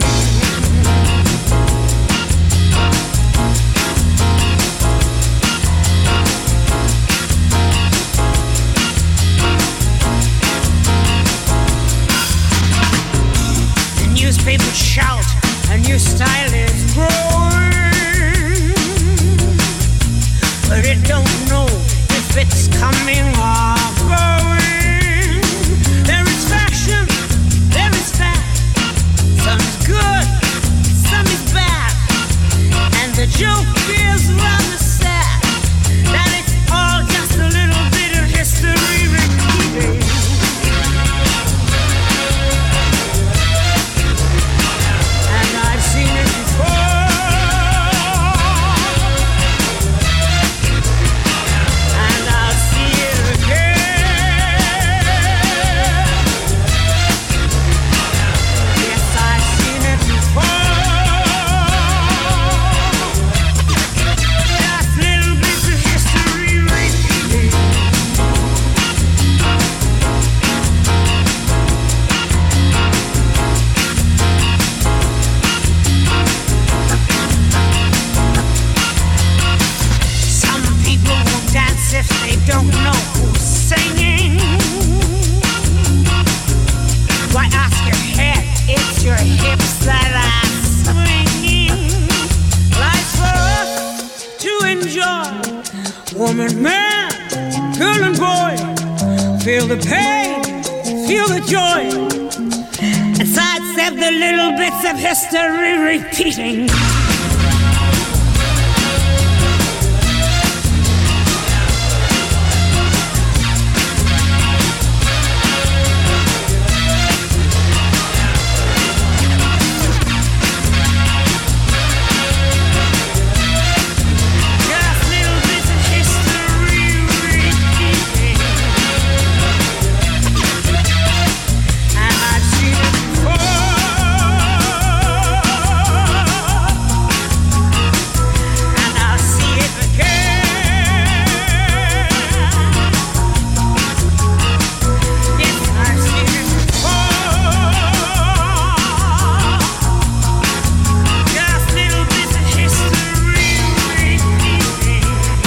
N: your style is growing, but it don't know if it's coming or going. There is fashion, there is fat, some is good, some is bad, and the joke is rather sad that it's all just a little bit of history repeating. And I've seen it before, and I'll see it again. Yes, I've seen it before. Just little bits of history repeating. Some people won't dance if they don't know who's singing. Why ask your head? It's your hips that are swinging. Life's for us to enjoy. Woman, man, girl and boy, feel the pain, feel the joy, and sidestep the little bits of history repeating. Just little bits of history repeating. And I've seen it before, and I'll see it again. Yes, I've seen it before. Just little bits of history repeating.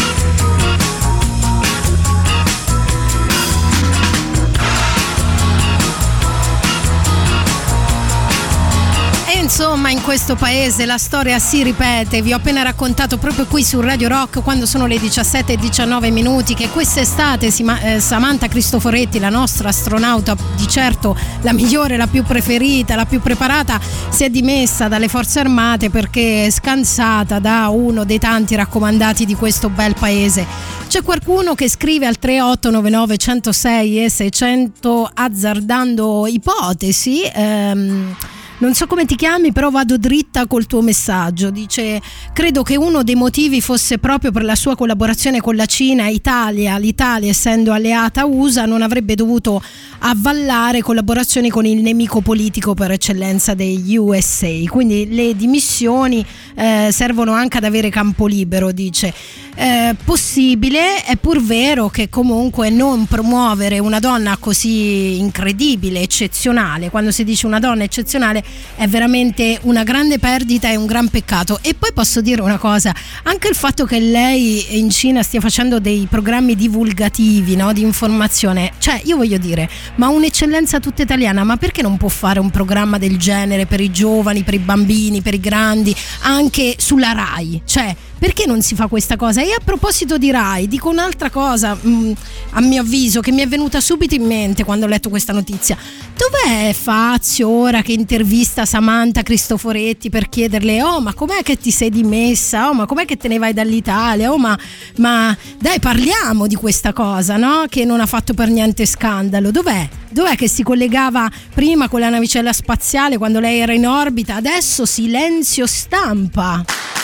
C: E insomma, in questo paese la storia si ripete. Vi ho appena raccontato proprio qui su Radio Rock, quando sono le diciassette e diciannove minuti, che quest'estate Sima- eh, Samantha Cristoforetti, la nostra astronauta, di certo la migliore, la più preferita, la più preparata, si è dimessa dalle forze armate perché è scansata da uno dei tanti raccomandati di questo bel paese. C'è qualcuno che scrive al tre otto nove nove uno zero sei e seicento azzardando ipotesi. ehm, Non so come ti chiami, però vado dritta col tuo messaggio. Dice: credo che uno dei motivi fosse proprio per la sua collaborazione con la Cina. Italia, l'Italia essendo alleata U S A non avrebbe dovuto avvallare collaborazioni con il nemico politico per eccellenza degli U S A. Quindi le dimissioni eh, servono anche ad avere campo libero, dice. Eh, possibile, è pur vero che comunque non promuovere una donna così incredibile, eccezionale, quando si dice una donna eccezionale, è veramente una grande perdita e un gran peccato. E poi posso dire una cosa: anche il fatto che lei in Cina stia facendo dei programmi divulgativi, no, di informazione, cioè io voglio dire, ma un'eccellenza tutta italiana, ma perché non può fare un programma del genere per i giovani, per i bambini, per i grandi, anche sulla Rai? Cioè, perché non si fa questa cosa? E a proposito di Rai, dico un'altra cosa, mh, a mio avviso, che mi è venuta subito in mente quando ho letto questa notizia. Dov'è Fazio ora che intervista Samantha Cristoforetti per chiederle: oh, ma com'è che ti sei dimessa? Oh, ma com'è che te ne vai dall'Italia? Oh, ma, ma dai, parliamo di questa cosa, no? Che non ha fatto per niente scandalo. Dov'è? Dov'è che si collegava prima con la navicella spaziale quando lei era in orbita? Adesso silenzio stampa.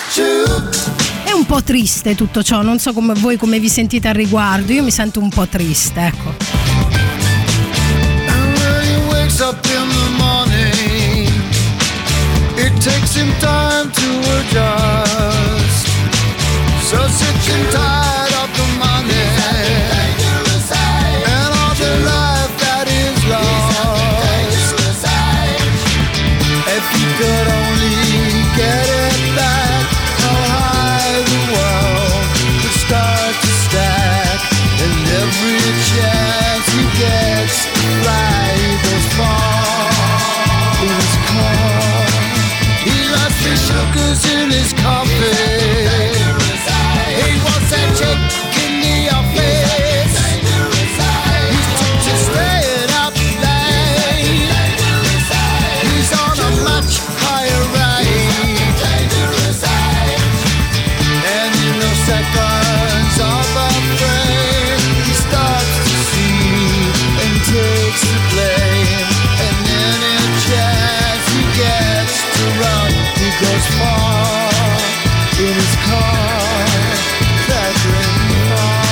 C: È un po' triste tutto ciò, non so come voi come vi sentite al riguardo. Io mi sento un po' triste, ecco.
O: And when he wakes up in the morning, it takes him time to adjust. So sick and tired of the money and all the life that is lost. If he could only get it back, how high the world would start to stack, and every chance he gets to fly, he goes far in his car. He lost sugar's in his coffee. He wants that chick in the office. He's took to staying up late. He's on a much higher rate. And in those seconds of a frame, he starts to see and takes the blame. And then in chance he gets to run, he goes far in his car, flattering far.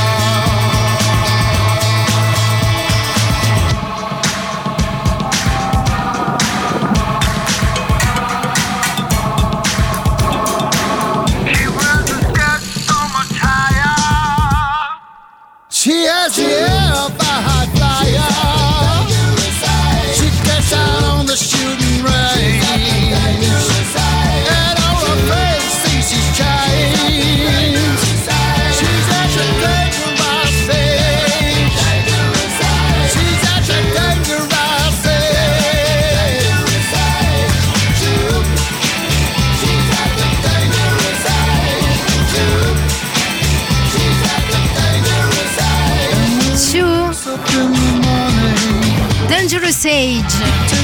O: She has the air of a high flyer. She gets out on the shooting range, and all her friends think she's changed. She's at the dangerous age. She's at the dangerous age. She's at the dangerous age. She's at the dangerous age.
C: Su Dangerous Age.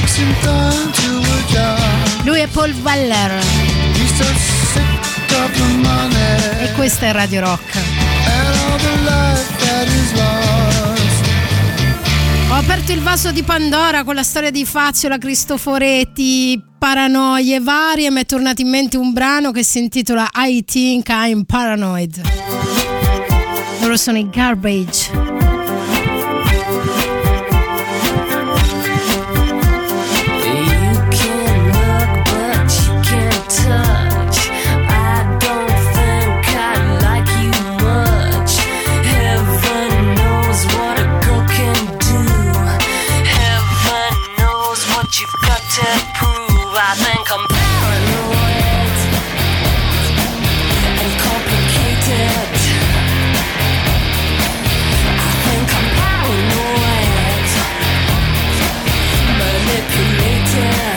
C: Lui è Paul Weller e questa è Radio Rock. Ho aperto il vaso di Pandora con la storia di Fazio, la Cristoforetti, paranoie varie. Mi è tornato in mente un brano che si intitola I Think I'm Paranoid. Loro sono i Garbage.
P: I think I'm paranoid and complicated. I think I'm paranoid, manipulated.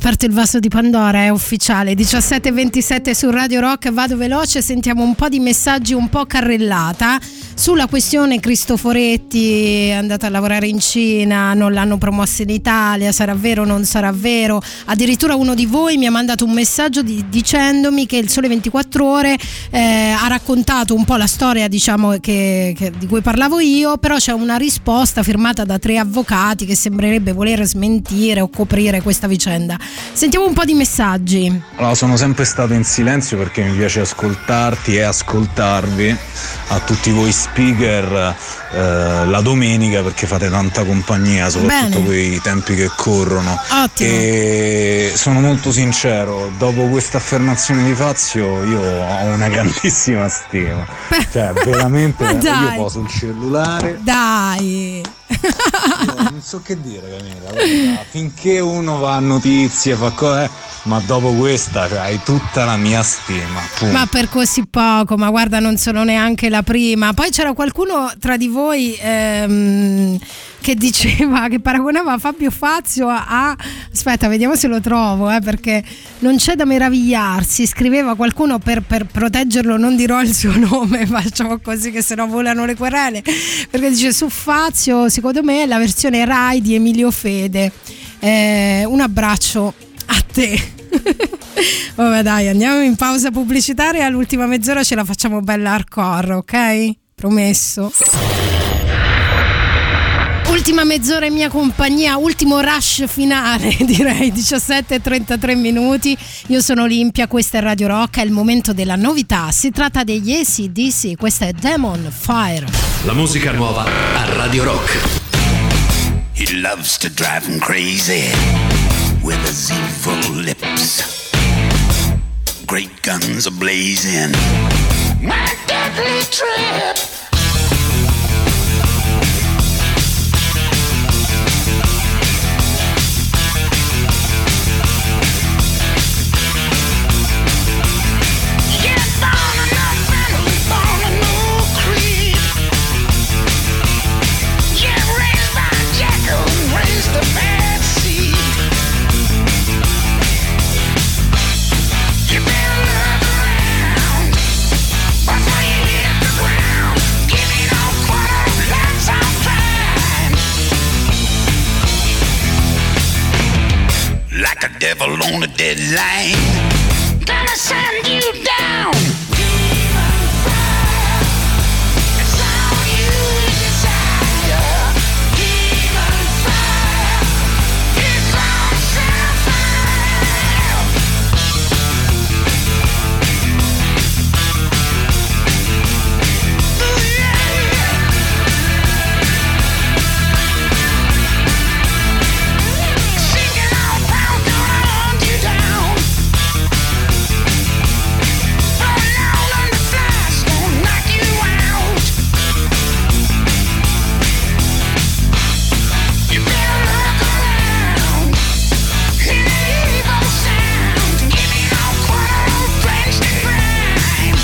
C: aperto il vaso di Pandora, è ufficiale. diciassette e ventisette su Radio Rock, vado veloce, sentiamo un po' di messaggi un po' carrellata sulla questione Cristoforetti, è andata a lavorare in Cina, non l'hanno promossa in Italia, sarà vero o non sarà vero. Addirittura uno di voi mi ha mandato un messaggio di, dicendomi che il Sole ventiquattro Ore eh, ha raccontato un po' la storia, diciamo, che, che, di cui parlavo io, però c'è una risposta firmata da tre avvocati che sembrerebbe voler smentire o coprire questa vicenda. Sentiamo un po' di messaggi.
Q: Allora, sono sempre stato in silenzio perché mi piace ascoltarti e ascoltarvi, a tutti voi speaker, eh, la domenica, perché fate tanta compagnia, soprattutto quei tempi che corrono.
C: Ottimo.
Q: E sono molto sincero, dopo questa affermazione di Fazio io ho una grandissima stima, cioè veramente io poso il cellulare,
C: dai,
Q: io non so che dire, Camilla, guarda, finché uno va a notizie, fa cose, ma dopo questa cioè, hai tutta la mia stima, punto.
C: Ma per così poco, ma guarda, non sono neanche la prima. Poi c'era qualcuno tra di voi ehm, che diceva, che paragonava Fabio Fazio a, aspetta, vediamo se lo trovo, eh, perché non c'è da meravigliarsi. Scriveva qualcuno, per, per proteggerlo non dirò il suo nome, facciamo così che sennò volano le querele, perché dice: su Fazio secondo me è la versione Rai di Emilio Fede. Eh, un abbraccio a te. Vabbè, dai, andiamo in pausa pubblicitaria, all'ultima mezz'ora ce la facciamo bella hardcore, ok? Promesso. Ultima mezz'ora in mia compagnia, ultimo rush finale, direi. Diciassette e trentatré minuti. Io sono Olimpia, questa è Radio Rock, è il momento della novità. Si tratta degli A C D C, questa è Demon Fire.
A: La musica nuova a Radio Rock.
R: He loves to drive him crazy with his evil lips. Great guns are blazing. My deadly trip. Like a devil on a deadline, gonna send you down. Demon fire, it's all you desire. Demon fire, it's all sapphire. Ooh, yeah. Singing all proud, gonna hunt you down. Burn out on the flies, gonna knock you out. You better look around, hear the evil sound, give me no quarter, drenched in grime.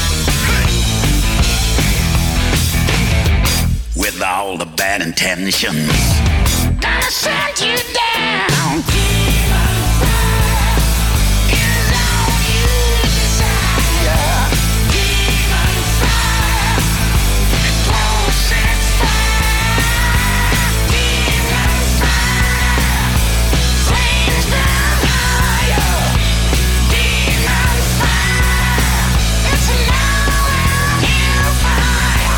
R: With all the bad intentions, gonna send you down. Demon fire is all you desire. Demon fire, it blows its fire. Demon fire, flames burn higher. Demon fire, it's now and hellfire.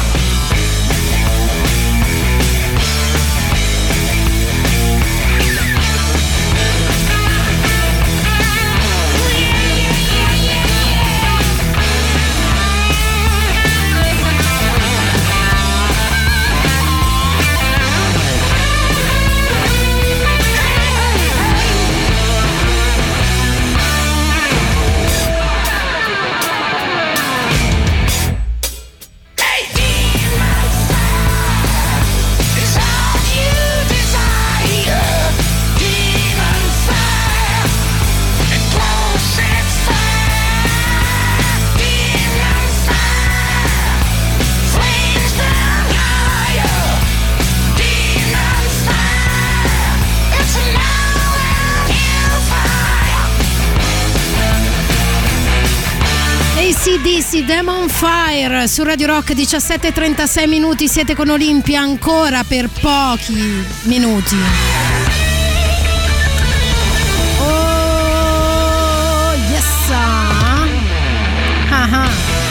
C: A C D C Demon Fire su Radio Rock, diciassette e trentasei minuti, siete con Olimpia ancora per pochi minuti. Oh yes, ah, ah.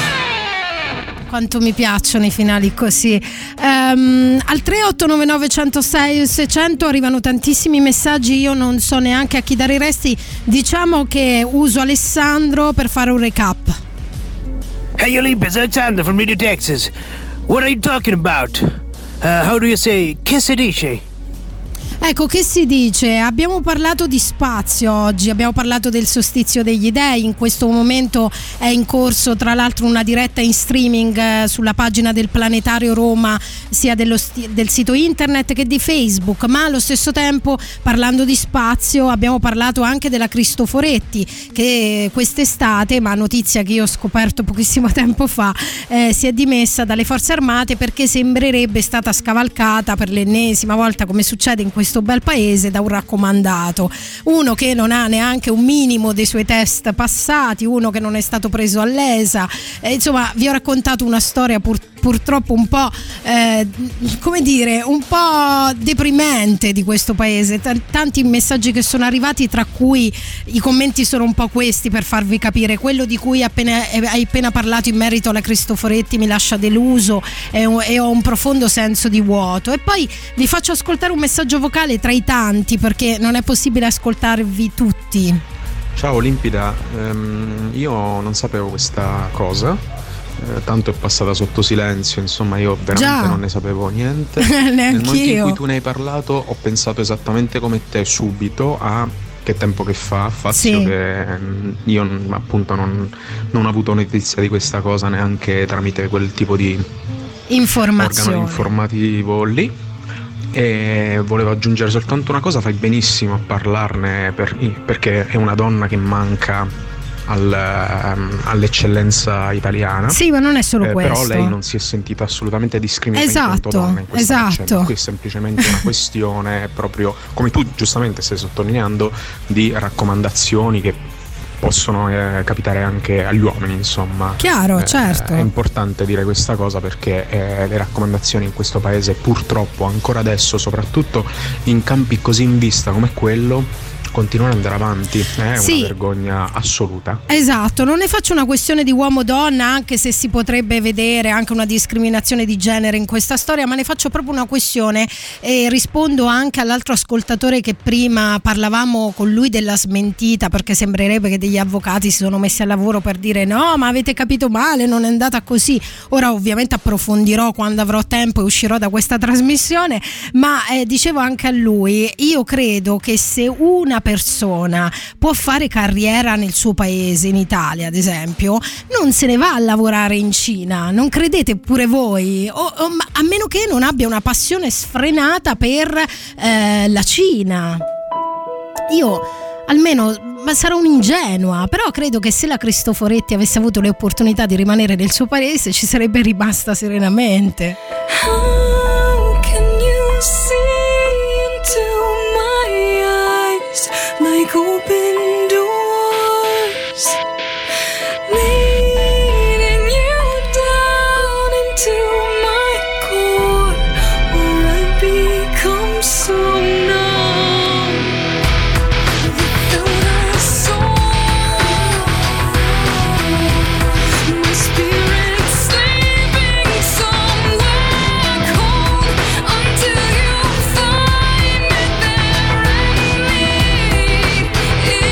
C: Quanto mi piacciono i finali così. Um, al tre otto nove nove uno zero sei seicento arrivano tantissimi messaggi, io non so neanche a chi dare i resti. Diciamo che uso Alessandro per fare un recap.
S: Hey Olympia, it's Alexander from Radio Texas. What are you talking about? Uh, how do you say che si dice?
C: Ecco, che si dice? Abbiamo parlato di spazio oggi, abbiamo parlato del solstizio degli dei. In questo momento è in corso tra l'altro una diretta in streaming eh, sulla pagina del Planetario Roma, sia dello sti- del sito internet che di Facebook, ma allo stesso tempo, parlando di spazio, abbiamo parlato anche della Cristoforetti, che quest'estate, ma notizia che io ho scoperto pochissimo tempo fa, eh, si è dimessa dalle forze armate perché sembrerebbe stata scavalcata per l'ennesima volta, come succede in questo bel paese, da un raccomandato, uno che non ha neanche un minimo dei suoi test passati, uno che non è stato preso all'E S A, e insomma vi ho raccontato una storia pur, purtroppo un po' eh, come dire, un po' deprimente di questo paese. T- tanti messaggi che sono arrivati, tra cui i commenti sono un po' questi per farvi capire. Quello di cui appena, hai appena parlato in merito alla Cristoforetti mi lascia deluso e, e ho un profondo senso di vuoto. E poi vi faccio ascoltare un messaggio vocale tra i tanti, perché non è possibile ascoltarvi tutti.
T: Ciao Limpida, ehm, io non sapevo questa cosa, eh, tanto è passata sotto silenzio, insomma io veramente
C: Già.
T: non ne sapevo niente.
C: Neanch'io.
T: Nel momento in cui tu ne hai parlato ho pensato esattamente come te subito a che tempo che fa, Fazio,
C: Sì.
T: che io appunto non, non ho avuto notizia di questa cosa neanche tramite quel tipo di
C: Informazioni.
T: organo informativo lì. E volevo aggiungere soltanto una cosa: fai benissimo a parlarne per, perché è una donna che manca al, um, all'eccellenza italiana.
C: Sì, ma non è solo
T: eh,
C: questo.
T: Però lei non si è sentita assolutamente discriminata in quanto
C: Esatto,
T: donna in questa
C: esatto.
T: faccenda. Qui è semplicemente una questione, proprio come tu giustamente stai sottolineando, di raccomandazioni che possono eh, capitare anche agli uomini, insomma.
C: Chiaro,
T: Eh,
C: certo.
T: È importante dire questa cosa perché eh, le raccomandazioni in questo paese, purtroppo ancora adesso, soprattutto in campi così in vista come quello, continuano ad andare avanti. È
C: Sì.
T: una vergogna assoluta.
C: Esatto, non ne faccio una questione di uomo-donna, anche se si potrebbe vedere anche una discriminazione di genere in questa storia, ma ne faccio proprio una questione e rispondo anche all'altro ascoltatore che prima parlavamo con lui della smentita, perché sembrerebbe che degli avvocati si sono messi al lavoro per dire no, ma avete capito male, non è andata così. Ora ovviamente approfondirò quando avrò tempo e uscirò da questa trasmissione, ma eh, dicevo anche a lui, io credo che se una persona può fare carriera nel suo paese, in Italia ad esempio, non se ne va a lavorare in Cina, non credete pure voi? O, o, ma a meno che non abbia una passione sfrenata per eh, la Cina. Io almeno, ma sarò un'ingenua, però credo che se la Cristoforetti avesse avuto le opportunità di rimanere nel suo paese ci sarebbe rimasta serenamente.
P: How can you see into my eyes like open doors, leading you down into my core, where I become so numb without a soul. My spirit sleeping somewhere cold until you find it there and me.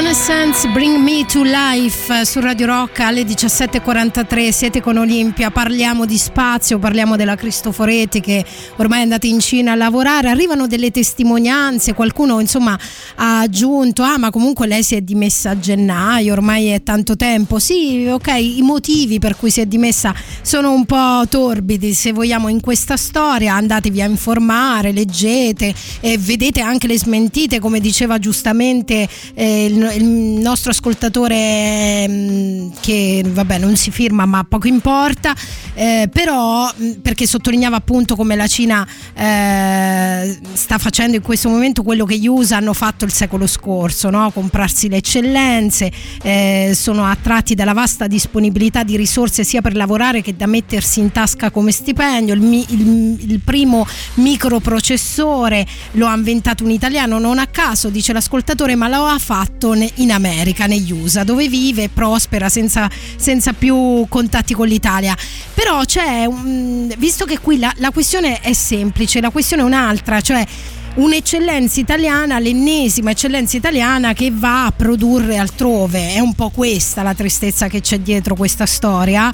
C: Evanescence, Bring Me to Life su Radio Rock alle diciassette e quarantatré. Siete con Olimpia, parliamo di spazio, parliamo della Cristoforetti che ormai è andata in Cina a lavorare. Arrivano delle testimonianze, qualcuno insomma ha aggiunto ah ma comunque lei si è dimessa a gennaio, ormai è tanto tempo. Sì, ok, i motivi per cui si è dimessa sono un po' torbidi se vogliamo in questa storia, andatevi a informare, leggete e vedete anche le smentite, come diceva giustamente eh, il, il nostro ascoltatore mh, che vabbè non si firma ma poco importa, eh, però mh, perché sottolineava appunto come la Cina eh, sta facendo in questo momento quello che gli U S A hanno fatto il secolo scorso, no? Comprarsi le eccellenze, eh, sono attratti dalla vasta disponibilità di risorse sia per lavorare che da mettersi in tasca come stipendio. Il, il, il primo microprocessore lo ha inventato un italiano, non a caso dice l'ascoltatore, ma lo ha fatto in America, negli U S A, dove vive e prospera senza, senza più contatti con l'Italia. Però c'è un, visto che qui la, la questione è semplice, la questione è un'altra, cioè un'eccellenza italiana, l'ennesima eccellenza italiana che va a produrre altrove. È un po' questa la tristezza che c'è dietro questa storia.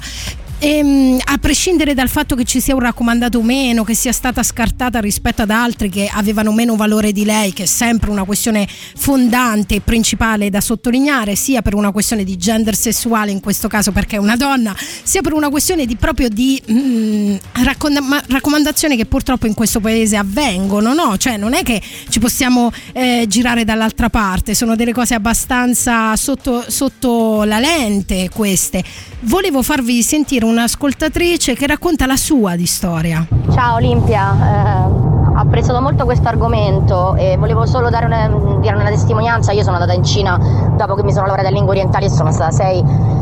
C: E, a prescindere dal fatto che ci sia un raccomandato o meno, che sia stata scartata rispetto ad altri che avevano meno valore di lei, che è sempre una questione fondante e principale da sottolineare, sia per una questione di gender sessuale in questo caso perché è una donna, sia per una questione di proprio di mh, raccom- raccomandazioni che purtroppo in questo paese avvengono, no? Cioè non è che ci possiamo eh, girare dall'altra parte, sono delle cose abbastanza sotto, sotto la lente queste. Volevo farvi sentire un'ascoltatrice che racconta la sua di storia.
U: Ciao Olimpia, eh, ho apprezzato molto questo argomento e volevo solo dare una, dire una testimonianza. Io sono andata in Cina dopo che mi sono laureata in lingue orientali e sono stata sei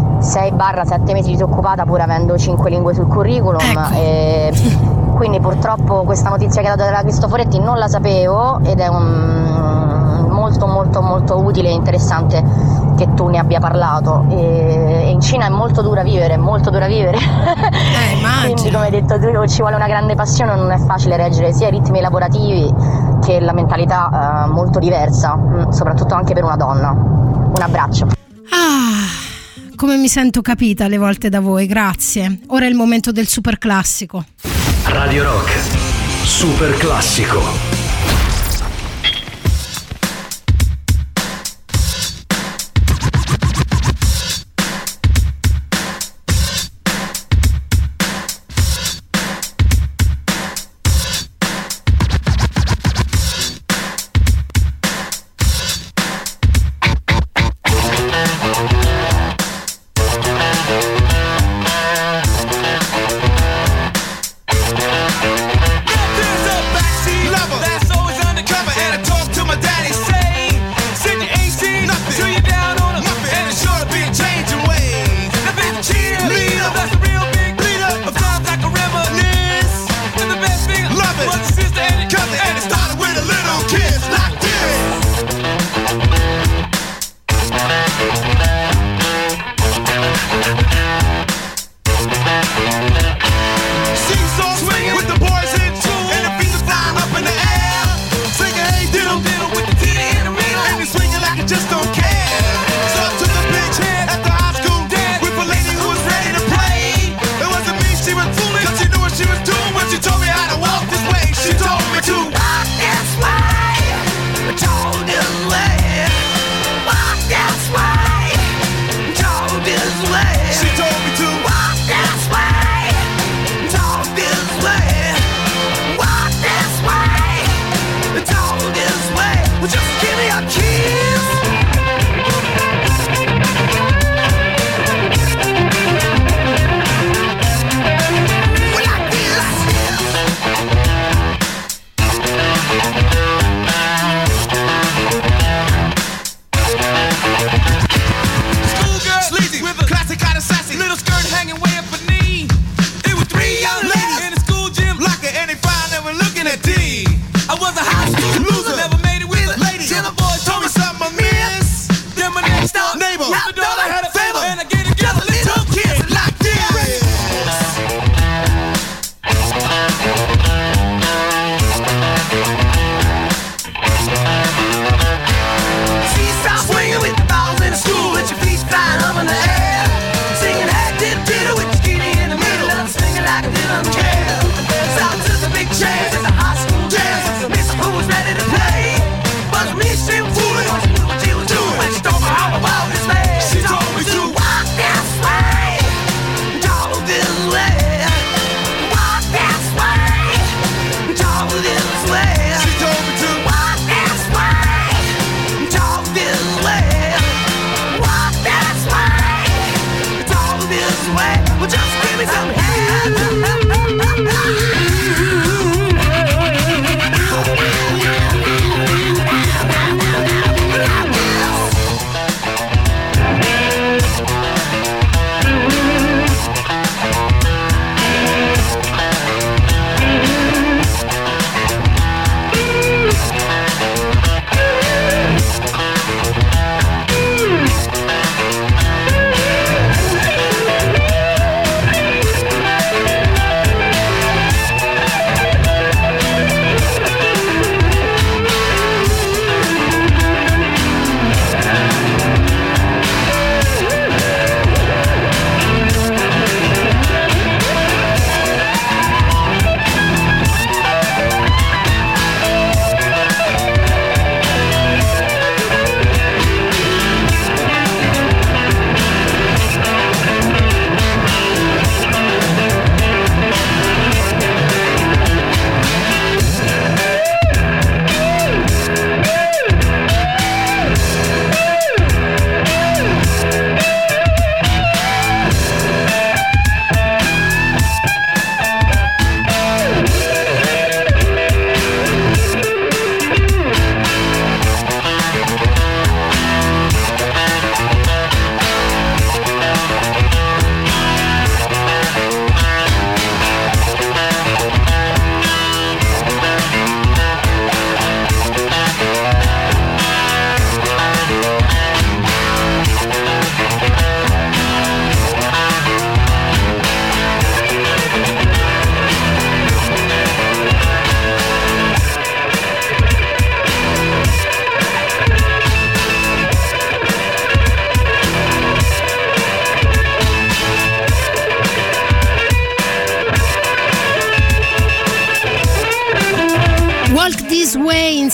U: sette mesi disoccupata pur avendo cinque lingue sul curriculum, ecco. E quindi purtroppo questa notizia che ha dato della Cristoforetti non la sapevo ed è un, molto molto molto utile e interessante che tu ne abbia parlato. E in Cina è molto dura vivere, molto dura vivere. Eh, quindi come hai detto tu ci vuole una grande passione, non è facile reggere sia i ritmi lavorativi che la mentalità eh, molto diversa, soprattutto anche per una donna. Un abbraccio.
C: Ah, come mi sento capita alle volte da voi, grazie. Ora è il momento del super classico.
A: Radio Rock, super classico.
L: Lover.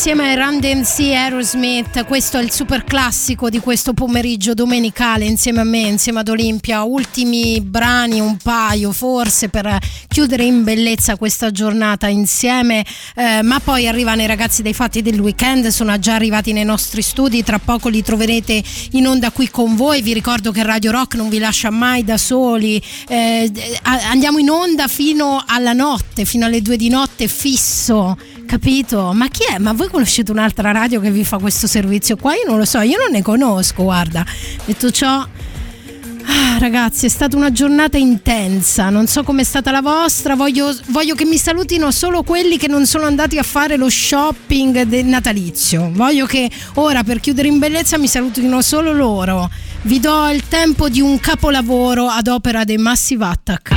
C: insieme ai Run D M C e Aerosmith. Questo è il super classico di questo pomeriggio domenicale insieme a me, insieme ad Olimpia. Ultimi brani, un paio forse, per chiudere in bellezza questa giornata insieme, eh, ma poi arrivano i ragazzi dei Fatti del Weekend, sono già arrivati nei nostri studi, tra poco li troverete in onda qui con voi. Vi ricordo che Radio Rock non vi lascia mai da soli, eh, andiamo in onda fino alla notte, fino alle due di notte fisso, capito? Ma chi è? Ma voi conoscete un'altra radio che vi fa questo servizio qua? Io non lo so, io non ne conosco, guarda. Detto ciò, ah, ragazzi, è stata una giornata intensa, non so com'è stata la vostra. Voglio, voglio che mi salutino solo quelli che non sono andati a fare lo shopping del natalizio. Voglio che ora, per chiudere in bellezza, mi salutino solo loro. Vi do il tempo di un capolavoro ad opera dei Massive Attack.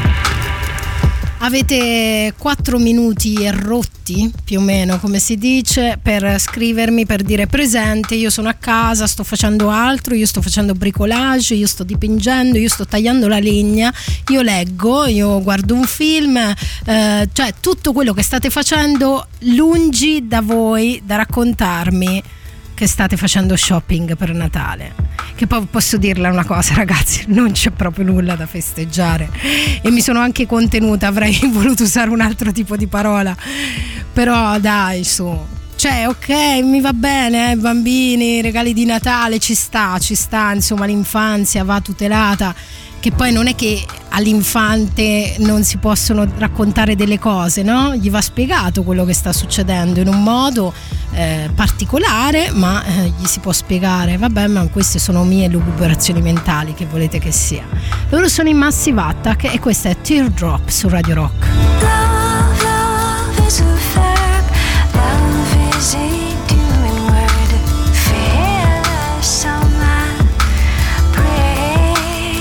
C: Avete quattro minuti e rotti, più o meno, come si dice, per scrivermi, per dire presente, io sono a casa, sto facendo altro, io sto facendo bricolage, io sto dipingendo, io sto tagliando la legna, io leggo, io guardo un film, eh, cioè tutto quello che state facendo lungi da voi da raccontarmi che state facendo shopping per Natale. Che poi posso dirle una cosa, ragazzi, non c'è proprio nulla da festeggiare e mi sono anche contenuta, avrei voluto usare un altro tipo di parola, però dai, su, cioè ok, mi va bene, eh, bambini, regali di Natale, ci sta, ci sta, insomma l'infanzia va tutelata, che poi non è che all'infante non si possono raccontare delle cose, no? Gli va spiegato quello che sta succedendo in un modo eh, particolare, ma eh, gli si può spiegare, vabbè, ma queste sono mie lucubrazioni mentali, che volete che sia. Loro sono i Massive Attack e questa è Teardrop su Radio Rock.
P: Love, love is a verb. Love is a doing word. Feel someone pray.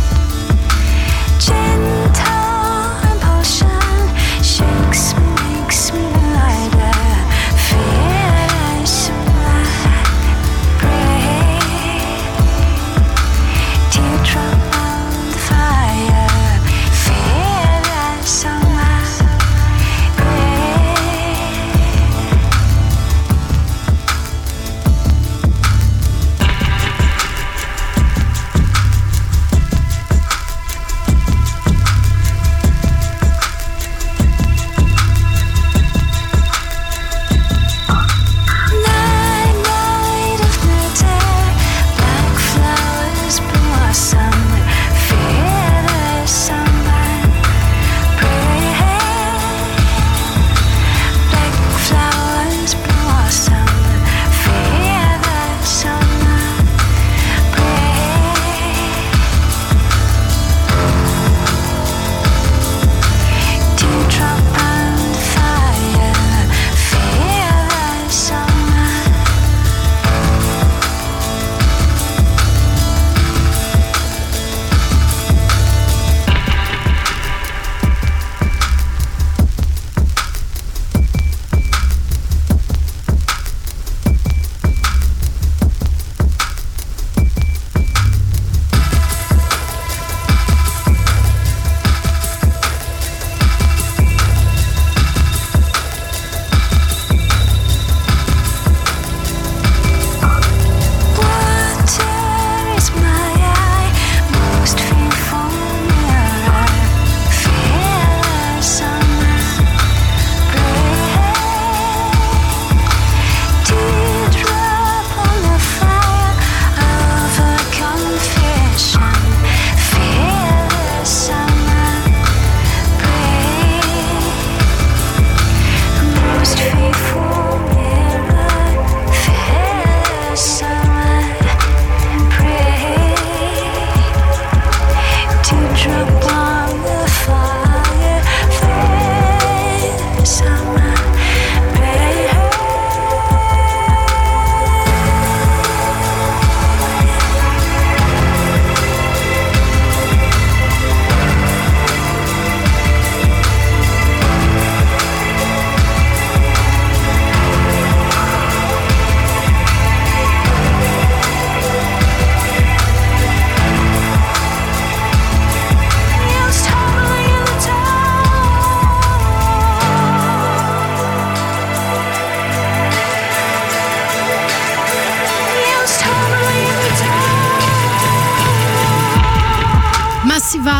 P: Gentle impulsion shakes me, makes me lighter. Feel someone pray. Teardrop on the fire. Feel someone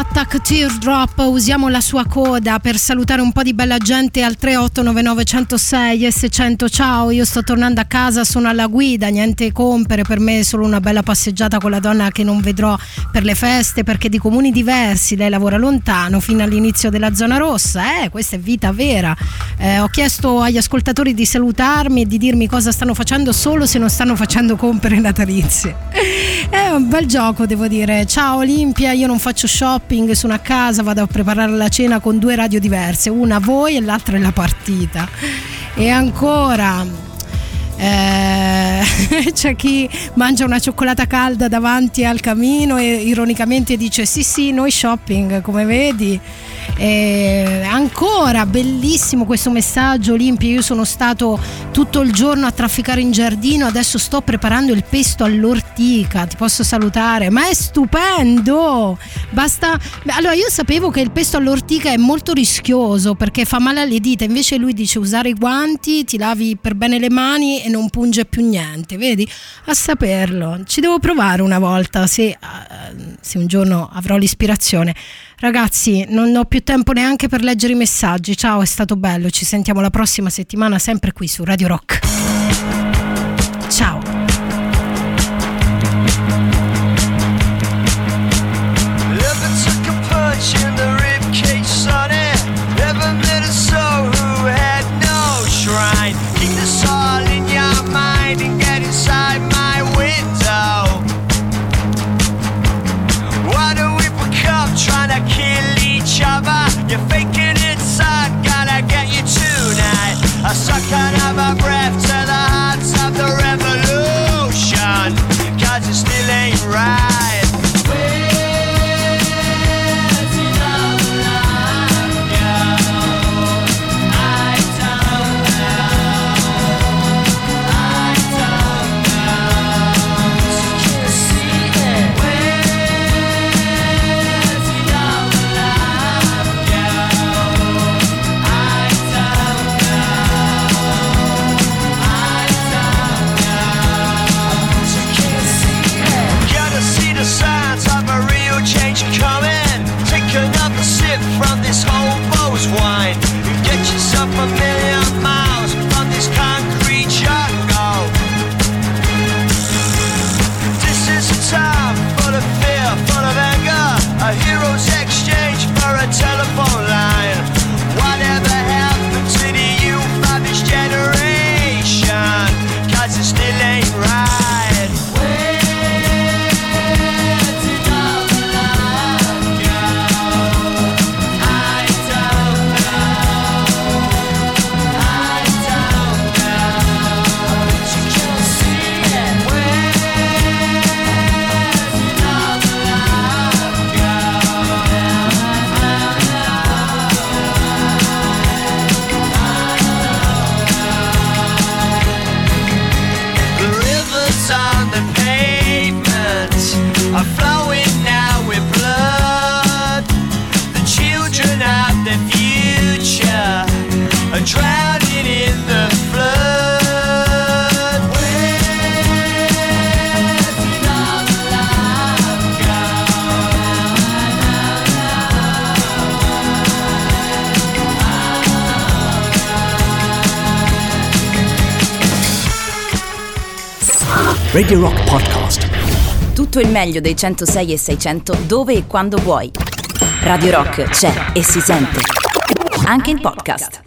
C: Attack Teardrop, usiamo la sua coda per salutare un po' di bella gente al tre otto nove nove uno zero sei e seicento. Ciao, io sto tornando a casa, sono alla guida, niente compere, per me è solo una bella passeggiata con la donna che non vedrò per le feste perché di comuni diversi, lei lavora lontano fino all'inizio della zona rossa, eh, questa è vita vera. Eh, ho chiesto agli ascoltatori di salutarmi e di dirmi cosa stanno facendo solo se non stanno facendo compere natalizie. È un bel gioco, devo dire. Ciao Olimpia, io non faccio shopping, sono a casa, vado a preparare la cena con due radio diverse, una a voi e l'altra è la partita. E ancora eh, c'è chi mangia una cioccolata calda davanti al camino e ironicamente dice sì sì, noi shopping, come vedi. E ancora bellissimo questo messaggio, Olimpia, io sono stato tutto il giorno a trafficare in giardino, adesso sto preparando il pesto all'ortica, ti posso salutare, ma è stupendo, basta. Allora io sapevo che il pesto all'ortica è molto rischioso perché fa male alle dita, invece lui dice usare i guanti, ti lavi per bene le mani e non punge più niente, vedi, a saperlo, ci devo provare una volta se, se un giorno avrò l'ispirazione. Ragazzi, non ho più tempo neanche per leggere i messaggi. Ciao, è stato bello. Ci sentiamo la prossima settimana sempre qui su Radio Rock. Ciao.
K: Trying to kill each other, you're faking it, son. Gotta get you tonight. I suck another breath to the hearts of the revolution, 'cause it still ain't right. Where's the love go? I don't know. I don't know. So you see it. From this whole bow's wine, you get yourself a million miles from this concrete jungle. This is a time full of fear, full of anger, a hero's exchange for a telephone line. Whatever happened to the youth of this generation? 'Cause it still ain't right. Drowning in the flood. Where's the love, love go?
B: Radio Rock Podcast. Tutto il meglio dei centosei e seicento dove e quando vuoi. Radio Rock c'è e si sente. Anche in podcast.